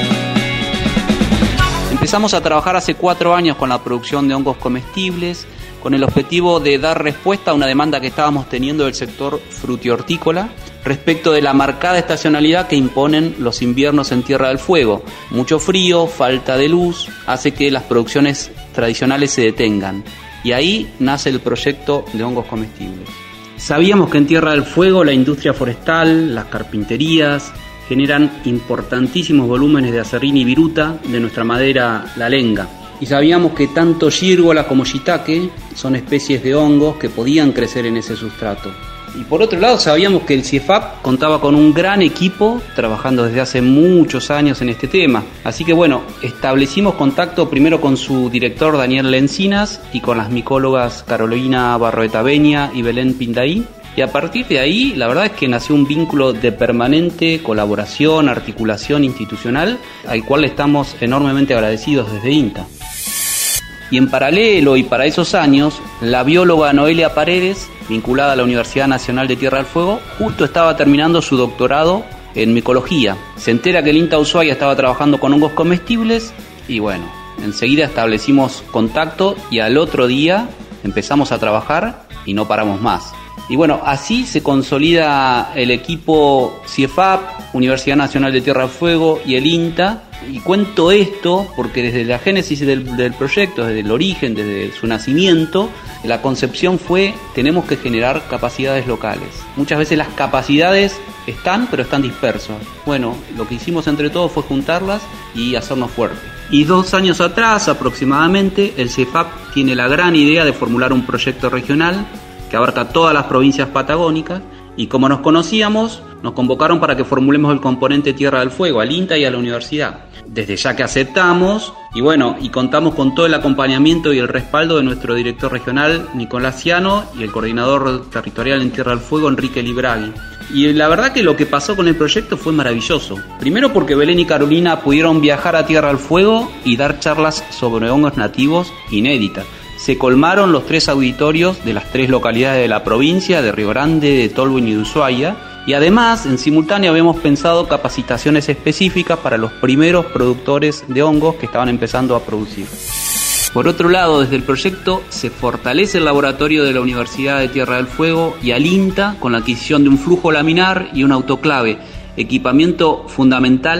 Empezamos a trabajar hace 4 años con la producción de hongos comestibles, con el objetivo de dar respuesta a una demanda que estábamos teniendo del sector frutihortícola respecto de la marcada estacionalidad que imponen los inviernos en Tierra del Fuego. Mucho frío, falta de luz, hace que las producciones tradicionales se detengan. Y ahí nace el proyecto de hongos comestibles. Sabíamos que en Tierra del Fuego la industria forestal, las carpinterías, generan importantísimos volúmenes de aserrín y viruta de nuestra madera la lenga. Y sabíamos que tanto gírgola como shiitake son especies de hongos que podían crecer en ese sustrato. Y por otro lado sabíamos que el CIEFAP contaba con un gran equipo trabajando desde hace muchos años en este tema. Así que bueno, establecimos contacto primero con su director Daniel Lencinas y con las micólogas Carolina Barroeta Beña y Belén Pindaí. Y a partir de ahí, la verdad es que nació un vínculo de permanente colaboración, articulación institucional, al cual le estamos enormemente agradecidos desde INTA. Y en paralelo y para esos años, la bióloga Noelia Paredes, vinculada a la Universidad Nacional de Tierra del Fuego, justo estaba terminando su doctorado en micología. Se entera que el INTA Ushuaia estaba trabajando con hongos comestibles y bueno, enseguida establecimos contacto y al otro día empezamos a trabajar y no paramos más. Y bueno, así se consolida el equipo CIEFAP, Universidad Nacional de Tierra del Fuego y el INTA. Y cuento esto porque desde la génesis del proyecto, desde el origen, desde su nacimiento, la concepción fue: tenemos que generar capacidades locales. Muchas veces las capacidades están, pero están dispersas. Bueno, lo que hicimos entre todos fue juntarlas y hacernos fuertes. Y 2 años atrás aproximadamente, el CIEFAP tiene la gran idea de formular un proyecto regional que abarca todas las provincias patagónicas, y como nos conocíamos, nos convocaron para que formulemos el componente Tierra del Fuego al INTA y a la universidad. Desde ya que aceptamos, y bueno, y contamos con todo el acompañamiento y el respaldo de nuestro director regional Nicolás Ciano y el coordinador territorial en Tierra del Fuego Enrique Libragui. Y la verdad que lo que pasó con el proyecto fue maravilloso. Primero porque Belén y Carolina pudieron viajar a Tierra del Fuego y dar charlas sobre hongos nativos inéditas. Se colmaron los 3 auditorios de las 3 localidades de la provincia, de Río Grande, de Tolwyn y de Ushuaia. Y además, en simultáneo habíamos pensado capacitaciones específicas para los primeros productores de hongos que estaban empezando a producir. Por otro lado, desde el proyecto se fortalece el laboratorio de la Universidad de Tierra del Fuego y al INTA con la adquisición de un flujo laminar y un autoclave, equipamiento fundamental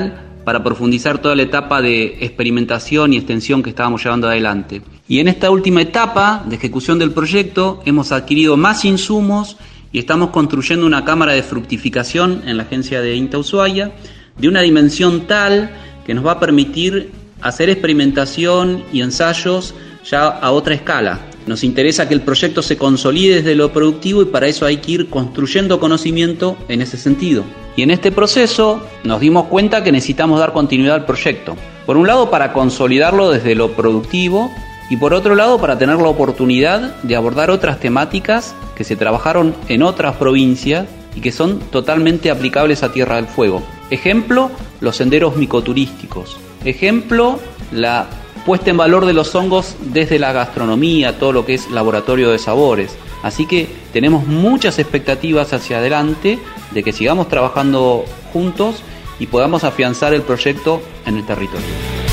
para profundizar toda la etapa de experimentación y extensión que estábamos llevando adelante. Y en esta última etapa de ejecución del proyecto hemos adquirido más insumos y estamos construyendo una cámara de fructificación en la agencia de INTA Ushuaia de una dimensión tal que nos va a permitir hacer experimentación y ensayos ya a otra escala. Nos interesa que el proyecto se consolide desde lo productivo y para eso hay que ir construyendo conocimiento en ese sentido. Y en este proceso nos dimos cuenta que necesitamos dar continuidad al proyecto. Por un lado, para consolidarlo desde lo productivo y por otro lado, para tener la oportunidad de abordar otras temáticas que se trabajaron en otras provincias y que son totalmente aplicables a Tierra del Fuego. Ejemplo, los senderos micoturísticos. Ejemplo, la puesta en valor de los hongos desde la gastronomía, todo lo que es laboratorio de sabores. Así que tenemos muchas expectativas hacia adelante de que sigamos trabajando juntos y podamos afianzar el proyecto en el territorio.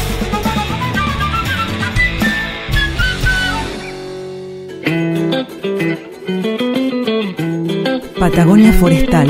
Patagonia Forestal.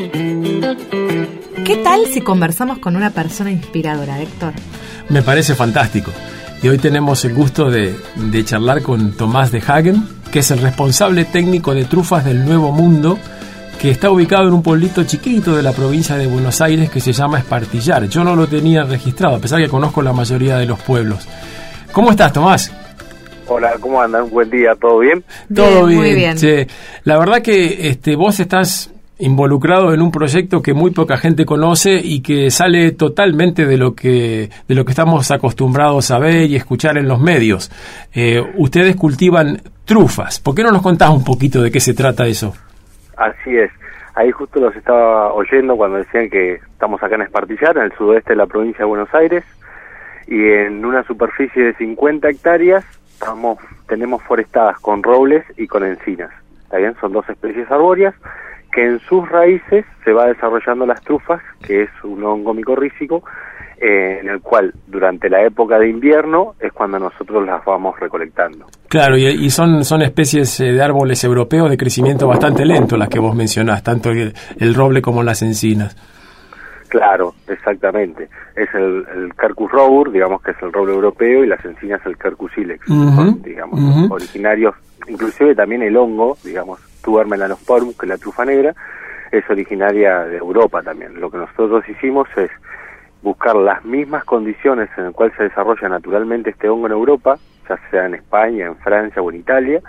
¿Qué tal si conversamos con una persona inspiradora, Héctor? Me parece fantástico. Y hoy tenemos el gusto de charlar con Tomás de Hagen, que es el responsable técnico de trufas del Nuevo Mundo, que está ubicado en un pueblito chiquito de la provincia de Buenos Aires que se llama Espartillar. Yo no lo tenía registrado, a pesar que conozco la mayoría de los pueblos. ¿Cómo estás, Tomás? Hola, ¿cómo andan? Un buen día, ¿todo bien? Todo bien. Muy bien. Sí. La verdad que vos estás involucrado en un proyecto que muy poca gente conoce y que sale totalmente de lo que estamos acostumbrados a ver y escuchar en los medios. Ustedes cultivan trufas. ¿Por qué no nos contás un poquito de qué se trata eso? Así es. Ahí justo los estaba oyendo cuando decían que estamos acá en Espartillar, en el sudoeste de la provincia de Buenos Aires, y en una superficie de 50 hectáreas tenemos forestadas con robles y con encinas. ¿Está bien? Son dos especies arbóreas que en sus raíces se va desarrollando las trufas, que es un hongo micorrícico, en el cual durante la época de invierno es cuando nosotros las vamos recolectando. Claro, y son especies de árboles europeos de crecimiento bastante lento las que vos mencionás, tanto el roble como las encinas. Claro, exactamente. Es el Quercus robur, digamos que es el roble europeo, y las encinas el Quercus ilex, son, digamos, originarios, inclusive también el hongo, digamos, Tuber melanosporum, que es la trufa negra, es originaria de Europa también. Lo que nosotros hicimos es buscar las mismas condiciones en las cuales se desarrolla naturalmente este hongo en Europa, ya sea en España, en Francia o en Italia.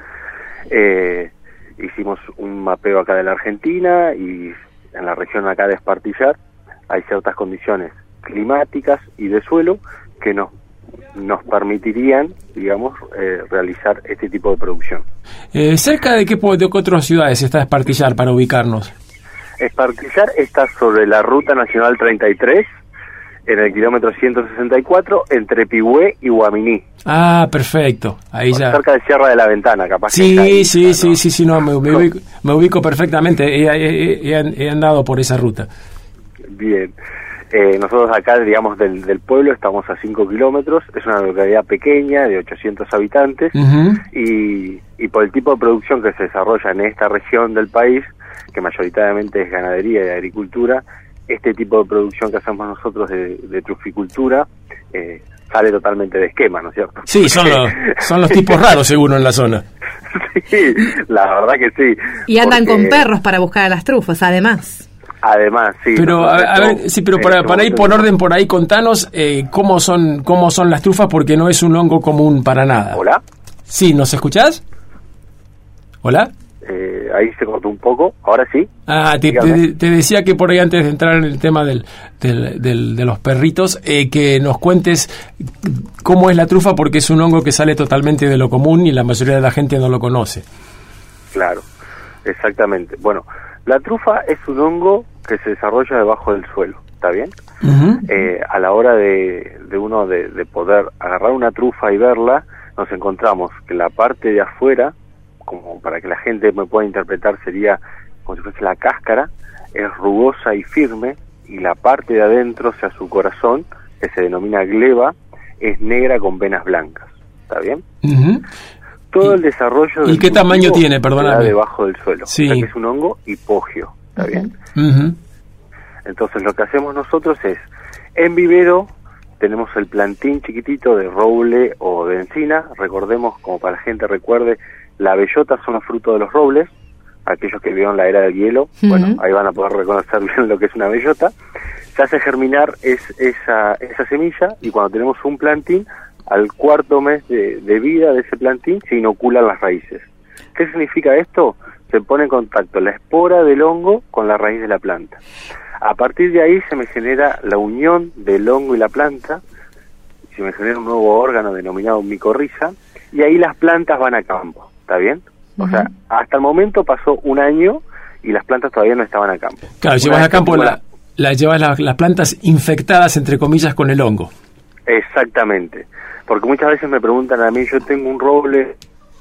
Hicimos un mapeo acá de la Argentina y en la región acá de Espartillar hay ciertas condiciones climáticas y de suelo que nos permitirían, digamos, realizar este tipo de producción. ¿Cerca de qué otras ciudades está Espartillar para ubicarnos? Espartillar está sobre la Ruta Nacional 33, en el kilómetro 164, entre Pigüé y Guaminí. Ah, perfecto. Ahí ya. Cerca de Sierra de la Ventana, capaz. Sí, ahí, sí, no, me ubico perfectamente. He andado por esa ruta. Bien. Nosotros acá, digamos, del pueblo estamos a 5 kilómetros, es una localidad pequeña de 800 habitantes, y por el tipo de producción que se desarrolla en esta región del país, que mayoritariamente es ganadería y agricultura, este tipo de producción que hacemos nosotros de truficultura sale totalmente de esquema, ¿no es cierto? Sí, son los tipos raros seguro en la zona. Sí, la verdad que sí. Y andan con perros para buscar a las trufas, además. Además, sí. Pero para ir por orden por ahí, contanos cómo son las trufas, porque no es un hongo común para nada. ¿Hola? Sí, ¿nos escuchás? ¿Hola? Ahí se cortó un poco, ahora sí. Te decía que por ahí, antes de entrar en el tema de los perritos, que nos cuentes cómo es la trufa, porque es un hongo que sale totalmente de lo común y la mayoría de la gente no lo conoce. Claro, exactamente. Bueno, la trufa es un hongo que se desarrolla debajo del suelo, ¿está bien? A la hora de uno de poder agarrar una trufa y verla, nos encontramos que la parte de afuera, como para que la gente me pueda interpretar, sería como si fuese la cáscara, es rugosa y firme, y la parte de adentro, o sea, su corazón, que se denomina gleba, es negra con venas blancas, ¿está bien? Todo el desarrollo del ¿y qué tamaño tiene, perdóname? Debajo del suelo, sí. O sea, que es un hongo hipogeo, ¿está bien? Entonces lo que hacemos nosotros es, En vivero tenemos el plantín chiquitito de roble o de encina. Recordemos, como para la gente recuerde, la bellota son los frutos de los robles. Aquellos que vieron la era del hielo, bueno, ahí van a poder reconocer bien lo que es una bellota. Se hace germinar esa semilla, y cuando tenemos un plantín, al cuarto mes de vida de ese plantín se inoculan las raíces. ¿Qué significa esto? Se pone en contacto la espora del hongo con la raíz de la planta. A partir de ahí se me genera la unión del hongo y la planta, se me genera un nuevo órgano denominado micorriza, y ahí las plantas van a campo, ¿está bien? O sea, hasta el momento pasó un año y las plantas todavía no estaban a campo. Claro, llevas a campo llevas las plantas infectadas, entre comillas, con el hongo. Exactamente, porque muchas veces me preguntan a mí, yo tengo un roble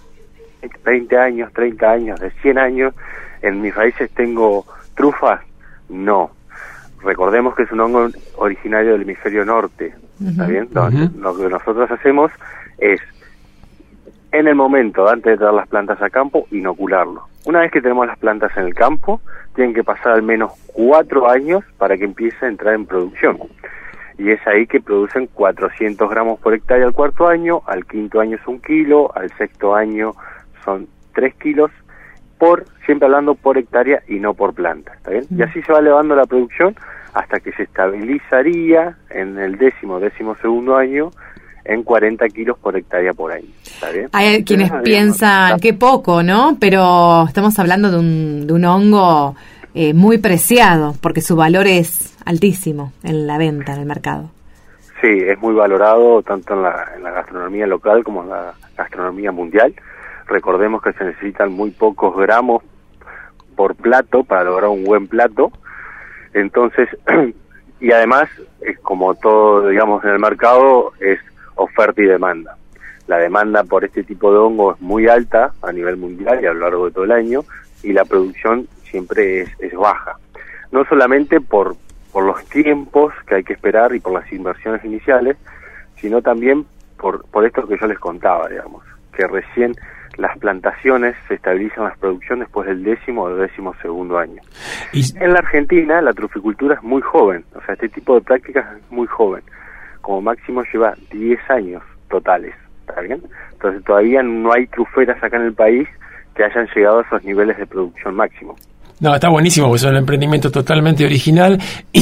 20 años, 30 años, de 100 años, en mis raíces tengo trufas. No, recordemos que es un hongo originario del hemisferio norte, ¿está bien? Lo que nosotros hacemos es, en el momento, antes de traer las plantas a campo, inocularlo. Una vez que tenemos las plantas en el campo, tienen que pasar al menos 4 años para que empiece a entrar en producción. Y es ahí que producen 400 gramos por hectárea al cuarto año, al quinto año es 1 kilo, al sexto año son 3 kilos, siempre hablando por hectárea y no por planta, ¿está bien? Y así se va elevando la producción hasta que se estabilizaría en el 12º año en 40 kilos por hectárea por año, ¿está bien? Hay quienes piensan que poco, ¿no? Pero estamos hablando de un hongo muy preciado, porque su valor es altísimo en la venta, en el mercado. Sí, es muy valorado tanto en la gastronomía local como en la gastronomía mundial. Recordemos que se necesitan muy pocos gramos por plato para lograr un buen plato. Entonces, y además, es como todo, digamos, en el mercado, es oferta y demanda. La demanda por este tipo de hongo es muy alta a nivel mundial y a lo largo de todo el año, y la producción siempre es baja. No solamente por los tiempos que hay que esperar y por las inversiones iniciales, sino también por esto que yo les contaba, digamos, que recién las plantaciones se estabilizan las producciones después del 10º o 12º año. En la Argentina la truficultura es muy joven, o sea, este tipo de prácticas es muy joven, como máximo lleva 10 años totales, ¿está bien? Entonces todavía no hay truferas acá en el país que hayan llegado a esos niveles de producción máximo. No, está buenísimo, porque es un emprendimiento totalmente original,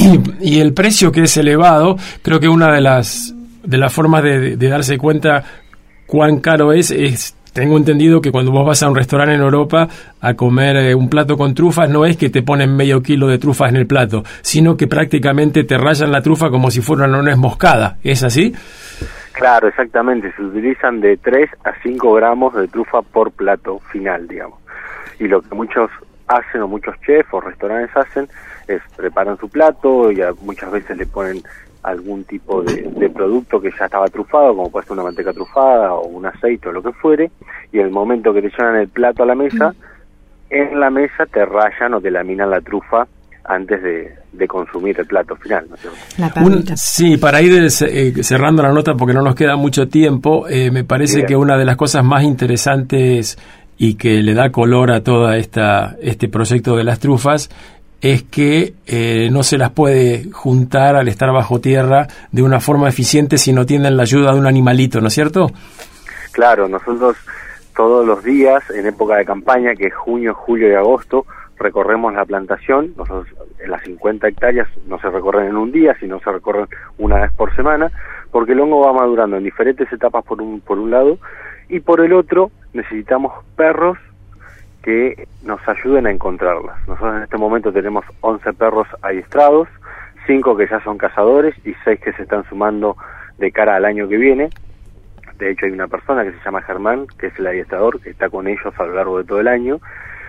y el precio, que es elevado, creo que una de las formas de darse cuenta cuán caro es, tengo entendido que cuando vos vas a un restaurante en Europa a comer un plato con trufas, no es que te ponen medio kilo de trufas en el plato, sino que prácticamente te rayan la trufa como si fuera una nuez moscada. ¿Es así? Claro, exactamente. Se utilizan de 3 a 5 gramos de trufa por plato final, digamos. Y lo que muchos hacen, o muchos chefs o restaurantes hacen, es preparan su plato y muchas veces le ponen algún tipo de producto que ya estaba trufado, como puede ser una manteca trufada o un aceite o lo que fuere, y en el momento que te llevan el plato a la mesa, en la mesa te rayan o te laminan la trufa antes de consumir el plato final, ¿no es cierto? Sí, para ir cerrando la nota, porque no nos queda mucho tiempo, me parece que una de las cosas más interesantes y que le da color a toda este proyecto de las trufas es que no se las puede juntar al estar bajo tierra de una forma eficiente si no tienen la ayuda de un animalito, ¿no es cierto? Claro, nosotros todos los días, en época de campaña, que es junio, julio y agosto, recorremos la plantación. Nosotros, en las 50 hectáreas no se recorren en un día, sino se recorren una vez por semana, porque el hongo va madurando en diferentes etapas por un lado, y por el otro necesitamos perros que nos ayuden a encontrarlas. Nosotros en este momento tenemos 11 perros adiestrados, 5 que ya son cazadores y 6 que se están sumando de cara al año que viene. De hecho hay una persona que se llama Germán, que es el adiestrador, que está con ellos a lo largo de todo el año.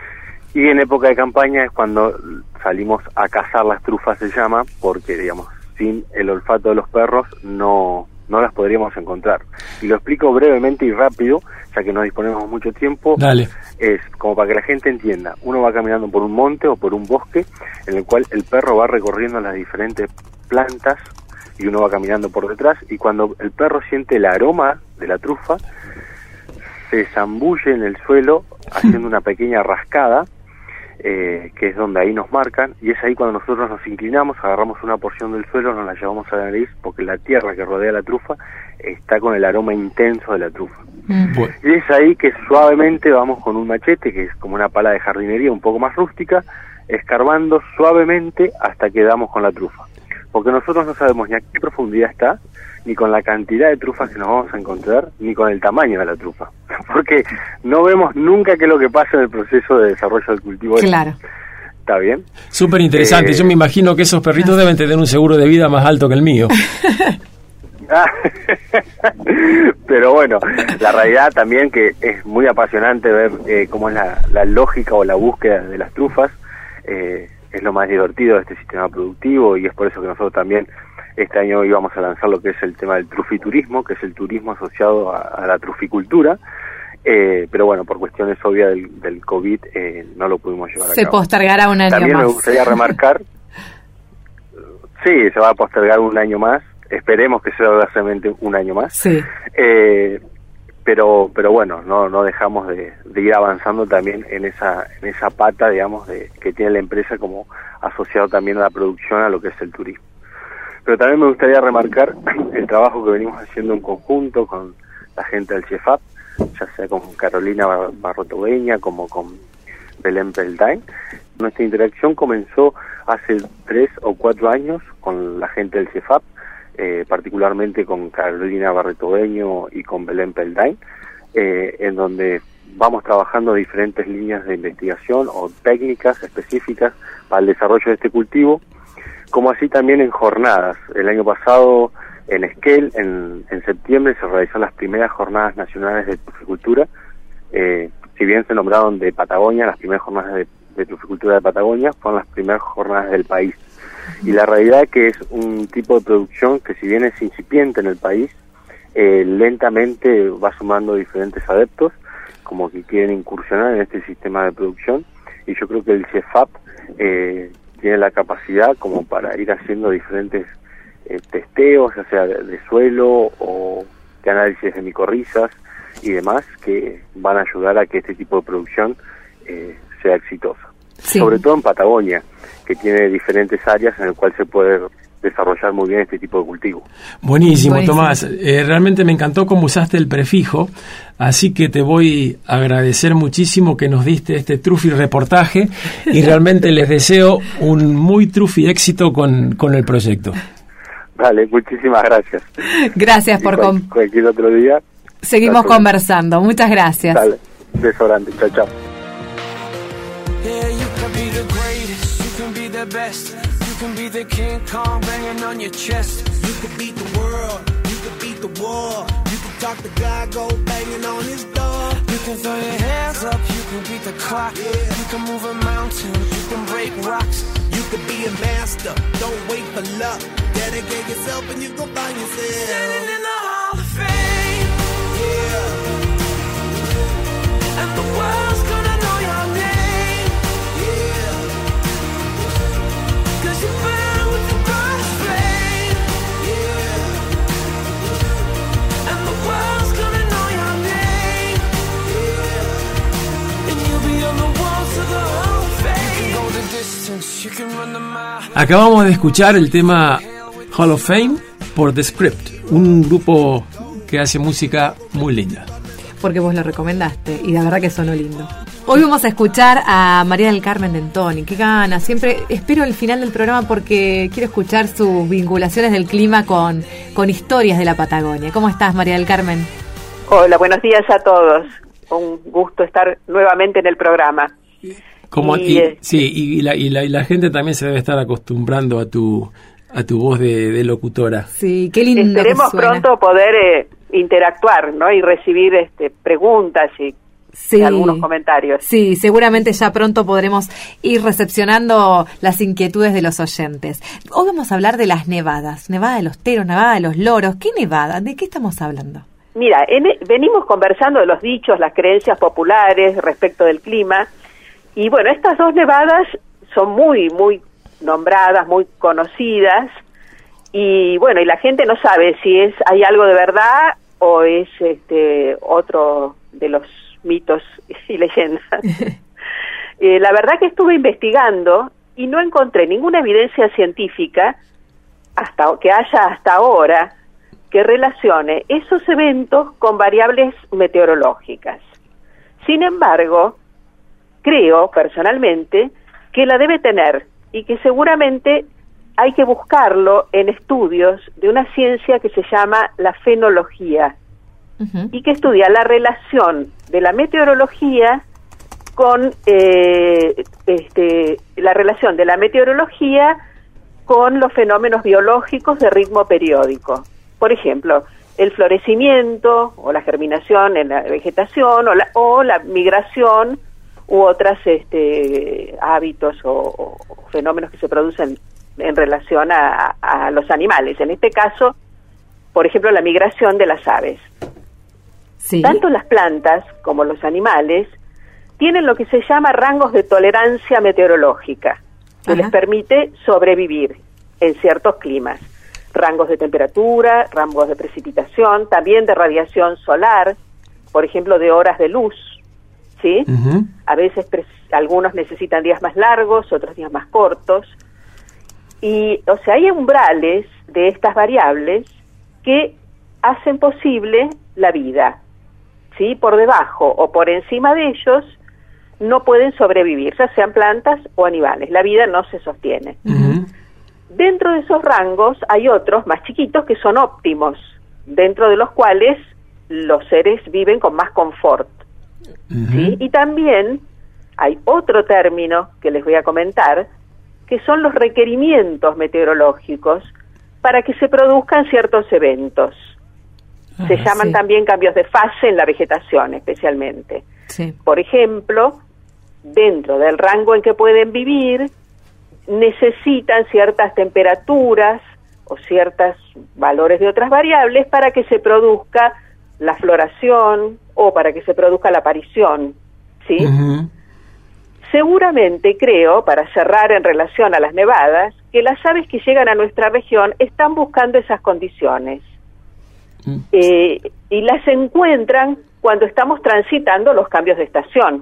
Y en época de campaña es cuando salimos a cazar las trufas, se llama, porque, digamos, sin el olfato de los perros no las podríamos encontrar. Y lo explico brevemente y rápido, ya que no disponemos mucho tiempo. Dale. Es como para que la gente entienda. Uno va caminando por un monte o por un bosque, en el cual el perro va recorriendo las diferentes plantas y uno va caminando por detrás, y cuando el perro siente el aroma de la trufa, se zambulle en el suelo haciendo una pequeña rascada, que es donde ahí nos marcan, y es ahí cuando nosotros nos inclinamos, agarramos una porción del suelo, nos la llevamos a la nariz, porque la tierra que rodea la trufa está con el aroma intenso de la trufa. Y es ahí que suavemente vamos con un machete, que es como una pala de jardinería un poco más rústica, escarbando suavemente hasta que damos con la trufa. Porque nosotros no sabemos ni a qué profundidad está, ni con la cantidad de trufas que nos vamos a encontrar, ni con el tamaño de la trufa. Porque no vemos nunca qué es lo que pasa en el proceso de desarrollo del cultivo. Claro. ¿Está bien? Súper interesante. Yo me imagino que esos perritos deben tener un seguro de vida más alto que el mío. Pero bueno, la realidad también que es muy apasionante ver cómo es la lógica o la búsqueda de las trufas. Es lo más divertido de este sistema productivo, y es por eso que nosotros también este año íbamos a lanzar lo que es el tema del trufiturismo, que es el turismo asociado a la truficultura, pero bueno, por cuestiones obvias del COVID no lo pudimos llevar a cabo. Se postergará un año también más. Me gustaría remarcar, sí, se va a postergar un año más, esperemos que sea realmente un año más. Sí. Pero bueno, no dejamos de ir avanzando también en esa pata, digamos, que tiene la empresa como asociado también a la producción, a lo que es el turismo. Pero también me gustaría remarcar el trabajo que venimos haciendo en conjunto con la gente del CIEFAP, ya sea con Carolina Barrotoveña como con Belén Peldain. Nuestra interacción comenzó hace 3 o 4 años con la gente del CIEFAP, particularmente con Carolina Barretoveño y con Belén Peldain, en donde vamos trabajando diferentes líneas de investigación o técnicas específicas para el desarrollo de este cultivo, como así también en jornadas. El año pasado en Esquel, en septiembre, se realizaron las primeras jornadas nacionales de truficultura. Si bien se nombraron de Patagonia, las primeras jornadas de truficultura de Patagonia fueron las primeras jornadas del país. Y la realidad es que es un tipo de producción que, si bien es incipiente en el país, lentamente va sumando diferentes adeptos como que quieren incursionar en este sistema de producción, y yo creo que el CIEFAP tiene la capacidad como para ir haciendo diferentes testeos, ya sea de suelo o de análisis de micorrizas y demás, que van a ayudar a que este tipo de producción sea exitosa. Sí. Sobre todo en Patagonia, que tiene diferentes áreas en el cual se puede desarrollar muy bien este tipo de cultivo. Buenísimo, Tomás. Realmente me encantó cómo usaste el prefijo, así que te voy a agradecer muchísimo que nos diste este trufi reportaje, y realmente les deseo un muy trufi éxito con el proyecto. Vale, muchísimas gracias. Gracias por cualquier otro día. Seguimos conversando. Muchas gracias. Dale, beso grande. Chao, chao. Best. You can be the King Kong banging on your chest. You can beat the world, you can beat the war. You can talk to God, go banging on his door. You can throw your hands up, you can beat the clock. You can move a mountain, you can break rocks. You can be a master, don't wait for luck. Dedicate yourself and you gon' find yourself standing in the Hall of Fame. Yeah. And the world's gonna know your name. Acabamos de escuchar el tema Hall of Fame por The Script, un grupo que hace música muy linda. Porque vos lo recomendaste y la verdad que sonó lindo. Hoy vamos a escuchar a María del Carmen Dentoni. Qué gana, siempre espero el final del programa porque quiero escuchar sus vinculaciones del clima con historias de la Patagonia. ¿Cómo estás, María del Carmen? Hola, buenos días a todos. Un gusto estar nuevamente en el programa. Y la gente también se debe estar acostumbrando a tu voz de locutora. Sí, qué lindo. Esperemos pronto poder interactuar, ¿no? Y recibir preguntas y algunos comentarios. Sí, seguramente ya pronto podremos ir recepcionando las inquietudes de los oyentes. Hoy vamos a hablar de las nevadas, nevada de los teros, nevada de los loros. ¿Qué nevada? ¿De qué estamos hablando? Mira, venimos conversando de los dichos, las creencias populares respecto del clima, y bueno, estas dos nevadas son muy, muy nombradas, muy conocidas, y bueno, y la gente no sabe si hay algo de verdad o es otro de los mitos y leyendas. La verdad que estuve investigando y no encontré ninguna evidencia científica que haya hasta ahora que relacione esos eventos con variables meteorológicas. Sin embargo, creo personalmente que la debe tener y que seguramente hay que buscarlo en estudios de una ciencia que se llama la fenología y que estudia la relación de la meteorología con la relación de la meteorología con los fenómenos biológicos de ritmo periódico. Por ejemplo, el florecimiento o la germinación en la vegetación o la migración u otros hábitos o fenómenos que se producen en relación a los animales. En este caso, por ejemplo, la migración de las aves. Sí. Tanto las plantas como los animales tienen lo que se llama rangos de tolerancia meteorológica, que les permite sobrevivir en ciertos climas. Rangos de temperatura, rangos de precipitación, también de radiación solar, por ejemplo, de horas de luz, ¿sí? A veces algunos necesitan días más largos, otros días más cortos. Y, o sea, hay umbrales de estas variables que hacen posible la vida, ¿sí? Por debajo o por encima de ellos no pueden sobrevivir, ya sean plantas o animales. La vida no se sostiene. Dentro de esos rangos hay otros más chiquitos que son óptimos, dentro de los cuales los seres viven con más confort, ¿sí? Y también hay otro término que les voy a comentar, que son los requerimientos meteorológicos para que se produzcan ciertos eventos. Se llaman también cambios de fase en la vegetación, especialmente. Por ejemplo, dentro del rango en que pueden vivir, necesitan ciertas temperaturas o ciertos valores de otras variables para que se produzca la floración o para que se produzca la aparición, ¿sí? Seguramente creo, para cerrar en relación a las nevadas, que las aves que llegan a nuestra región están buscando esas condiciones y las encuentran cuando estamos transitando los cambios de estación,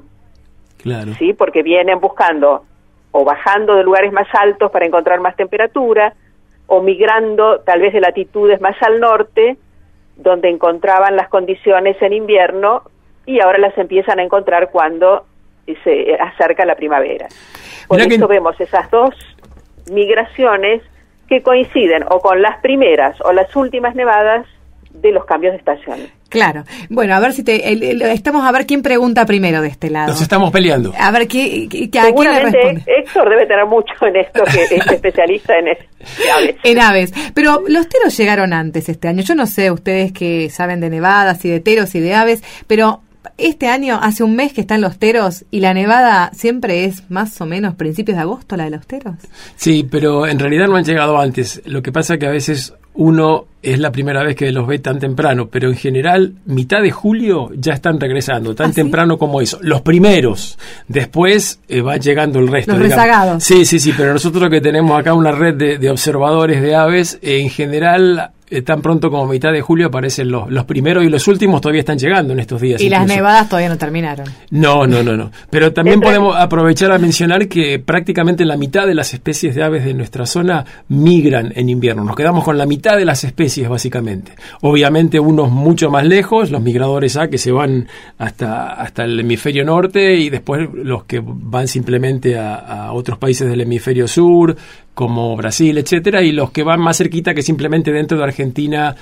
¿sí? Porque vienen buscando o bajando de lugares más altos para encontrar más temperatura, o migrando tal vez de latitudes más al norte, donde encontraban las condiciones en invierno, y ahora las empiezan a encontrar cuando se acerca la primavera. Por eso vemos esas dos migraciones que coinciden o con las primeras o las últimas nevadas de los cambios de estación. Claro. Bueno, a ver si estamos a ver quién pregunta primero de este lado. Nos estamos peleando. A ver ¿a quién le seguramente responde? Héctor debe tener mucho en esto, que es especialista en aves. En aves. Pero los teros llegaron antes este año. Yo no sé ustedes que saben de nevadas y de teros y de aves, pero este año hace un mes que están los teros y la nevada siempre es más o menos principios de agosto, la de los teros. Sí, pero en realidad no han llegado antes. Lo que pasa es que a veces uno es la primera vez que los ve tan temprano, pero en general mitad de julio ya están regresando, tan temprano como eso. Los primeros, después va llegando el resto. Los rezagados. Sí, pero nosotros que tenemos acá una red de observadores de aves, en general tan pronto como mitad de julio aparecen los primeros, y los últimos todavía están llegando en estos días. Y incluso. las nevadas todavía no terminaron. No. Pero también podemos aprovechar a mencionar que prácticamente la mitad de las especies de aves de nuestra zona migran en invierno. Nos quedamos con la mitad de las especies, básicamente. Obviamente unos mucho más lejos, los migradores A, que se van hasta el hemisferio norte, y después los que van simplemente a otros países del hemisferio sur, como Brasil, etcétera, y los que van más cerquita, que simplemente dentro de Argentina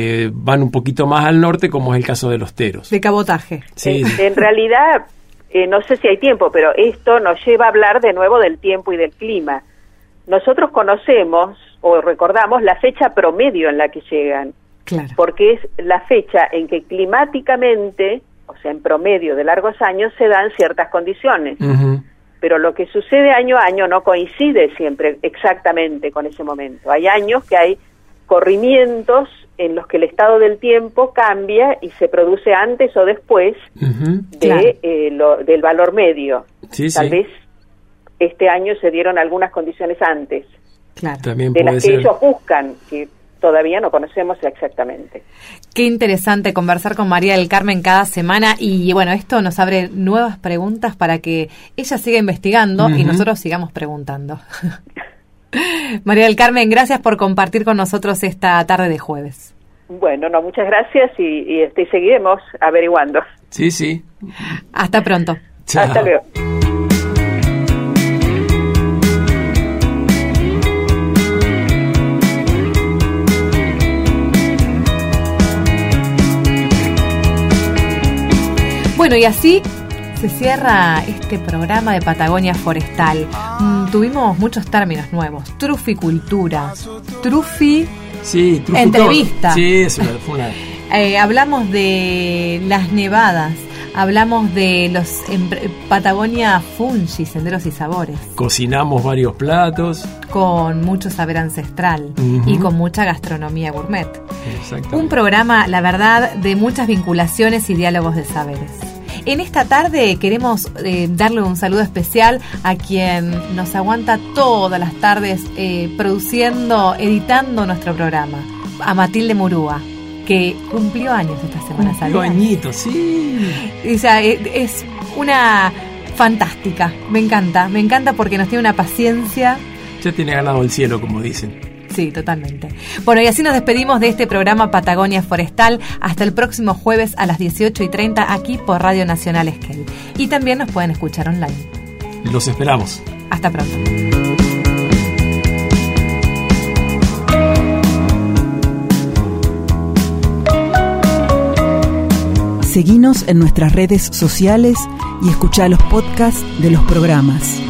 van un poquito más al norte, como es el caso de los teros. De cabotaje. Sí. En realidad, no sé si hay tiempo, pero esto nos lleva a hablar de nuevo del tiempo y del clima. Nosotros conocemos o recordamos la fecha promedio en la que llegan, porque es la fecha en que climáticamente, o sea, en promedio de largos años, se dan ciertas condiciones. Pero lo que sucede año a año no coincide siempre exactamente con ese momento. Hay años que hay corrimientos en los que el estado del tiempo cambia y se produce antes o después del valor medio. Tal vez este año se dieron algunas condiciones antes, También de puede las que ser. ellos buscan, que todavía no conocemos exactamente. Qué interesante conversar con María del Carmen cada semana y bueno, esto nos abre nuevas preguntas para que ella siga investigando y nosotros sigamos preguntando. María del Carmen, gracias por compartir con nosotros esta tarde de jueves. Bueno, no, muchas gracias y seguiremos averiguando. Sí. Hasta pronto. Chao. Hasta luego. Bueno, y así se cierra este programa de Patagonia Forestal. Tuvimos muchos términos nuevos. Truficultura, Sí, entrevista. Sí, eso fue una... Hablamos de las nevadas, hablamos de los Patagonia Fungi, senderos y sabores. Cocinamos varios platos. Con mucho saber ancestral y con mucha gastronomía gourmet. Exactamente. Un programa, la verdad, de muchas vinculaciones y diálogos de saberes. En esta tarde queremos darle un saludo especial a quien nos aguanta todas las tardes produciendo, editando nuestro programa, a Matilde Murúa, que cumplió años esta semana. Cumplió añitos, sí. O sea, es una fantástica, me encanta porque nos tiene una paciencia. Ya tiene ganado el cielo, como dicen. Sí, totalmente. Bueno, y así nos despedimos de este programa Patagonia Forestal. Hasta el próximo jueves a las 18:30 aquí por Radio Nacional Esquel. Y también nos pueden escuchar online. Los esperamos. Hasta pronto. Seguinos en nuestras redes sociales y escuchá los podcasts de los programas.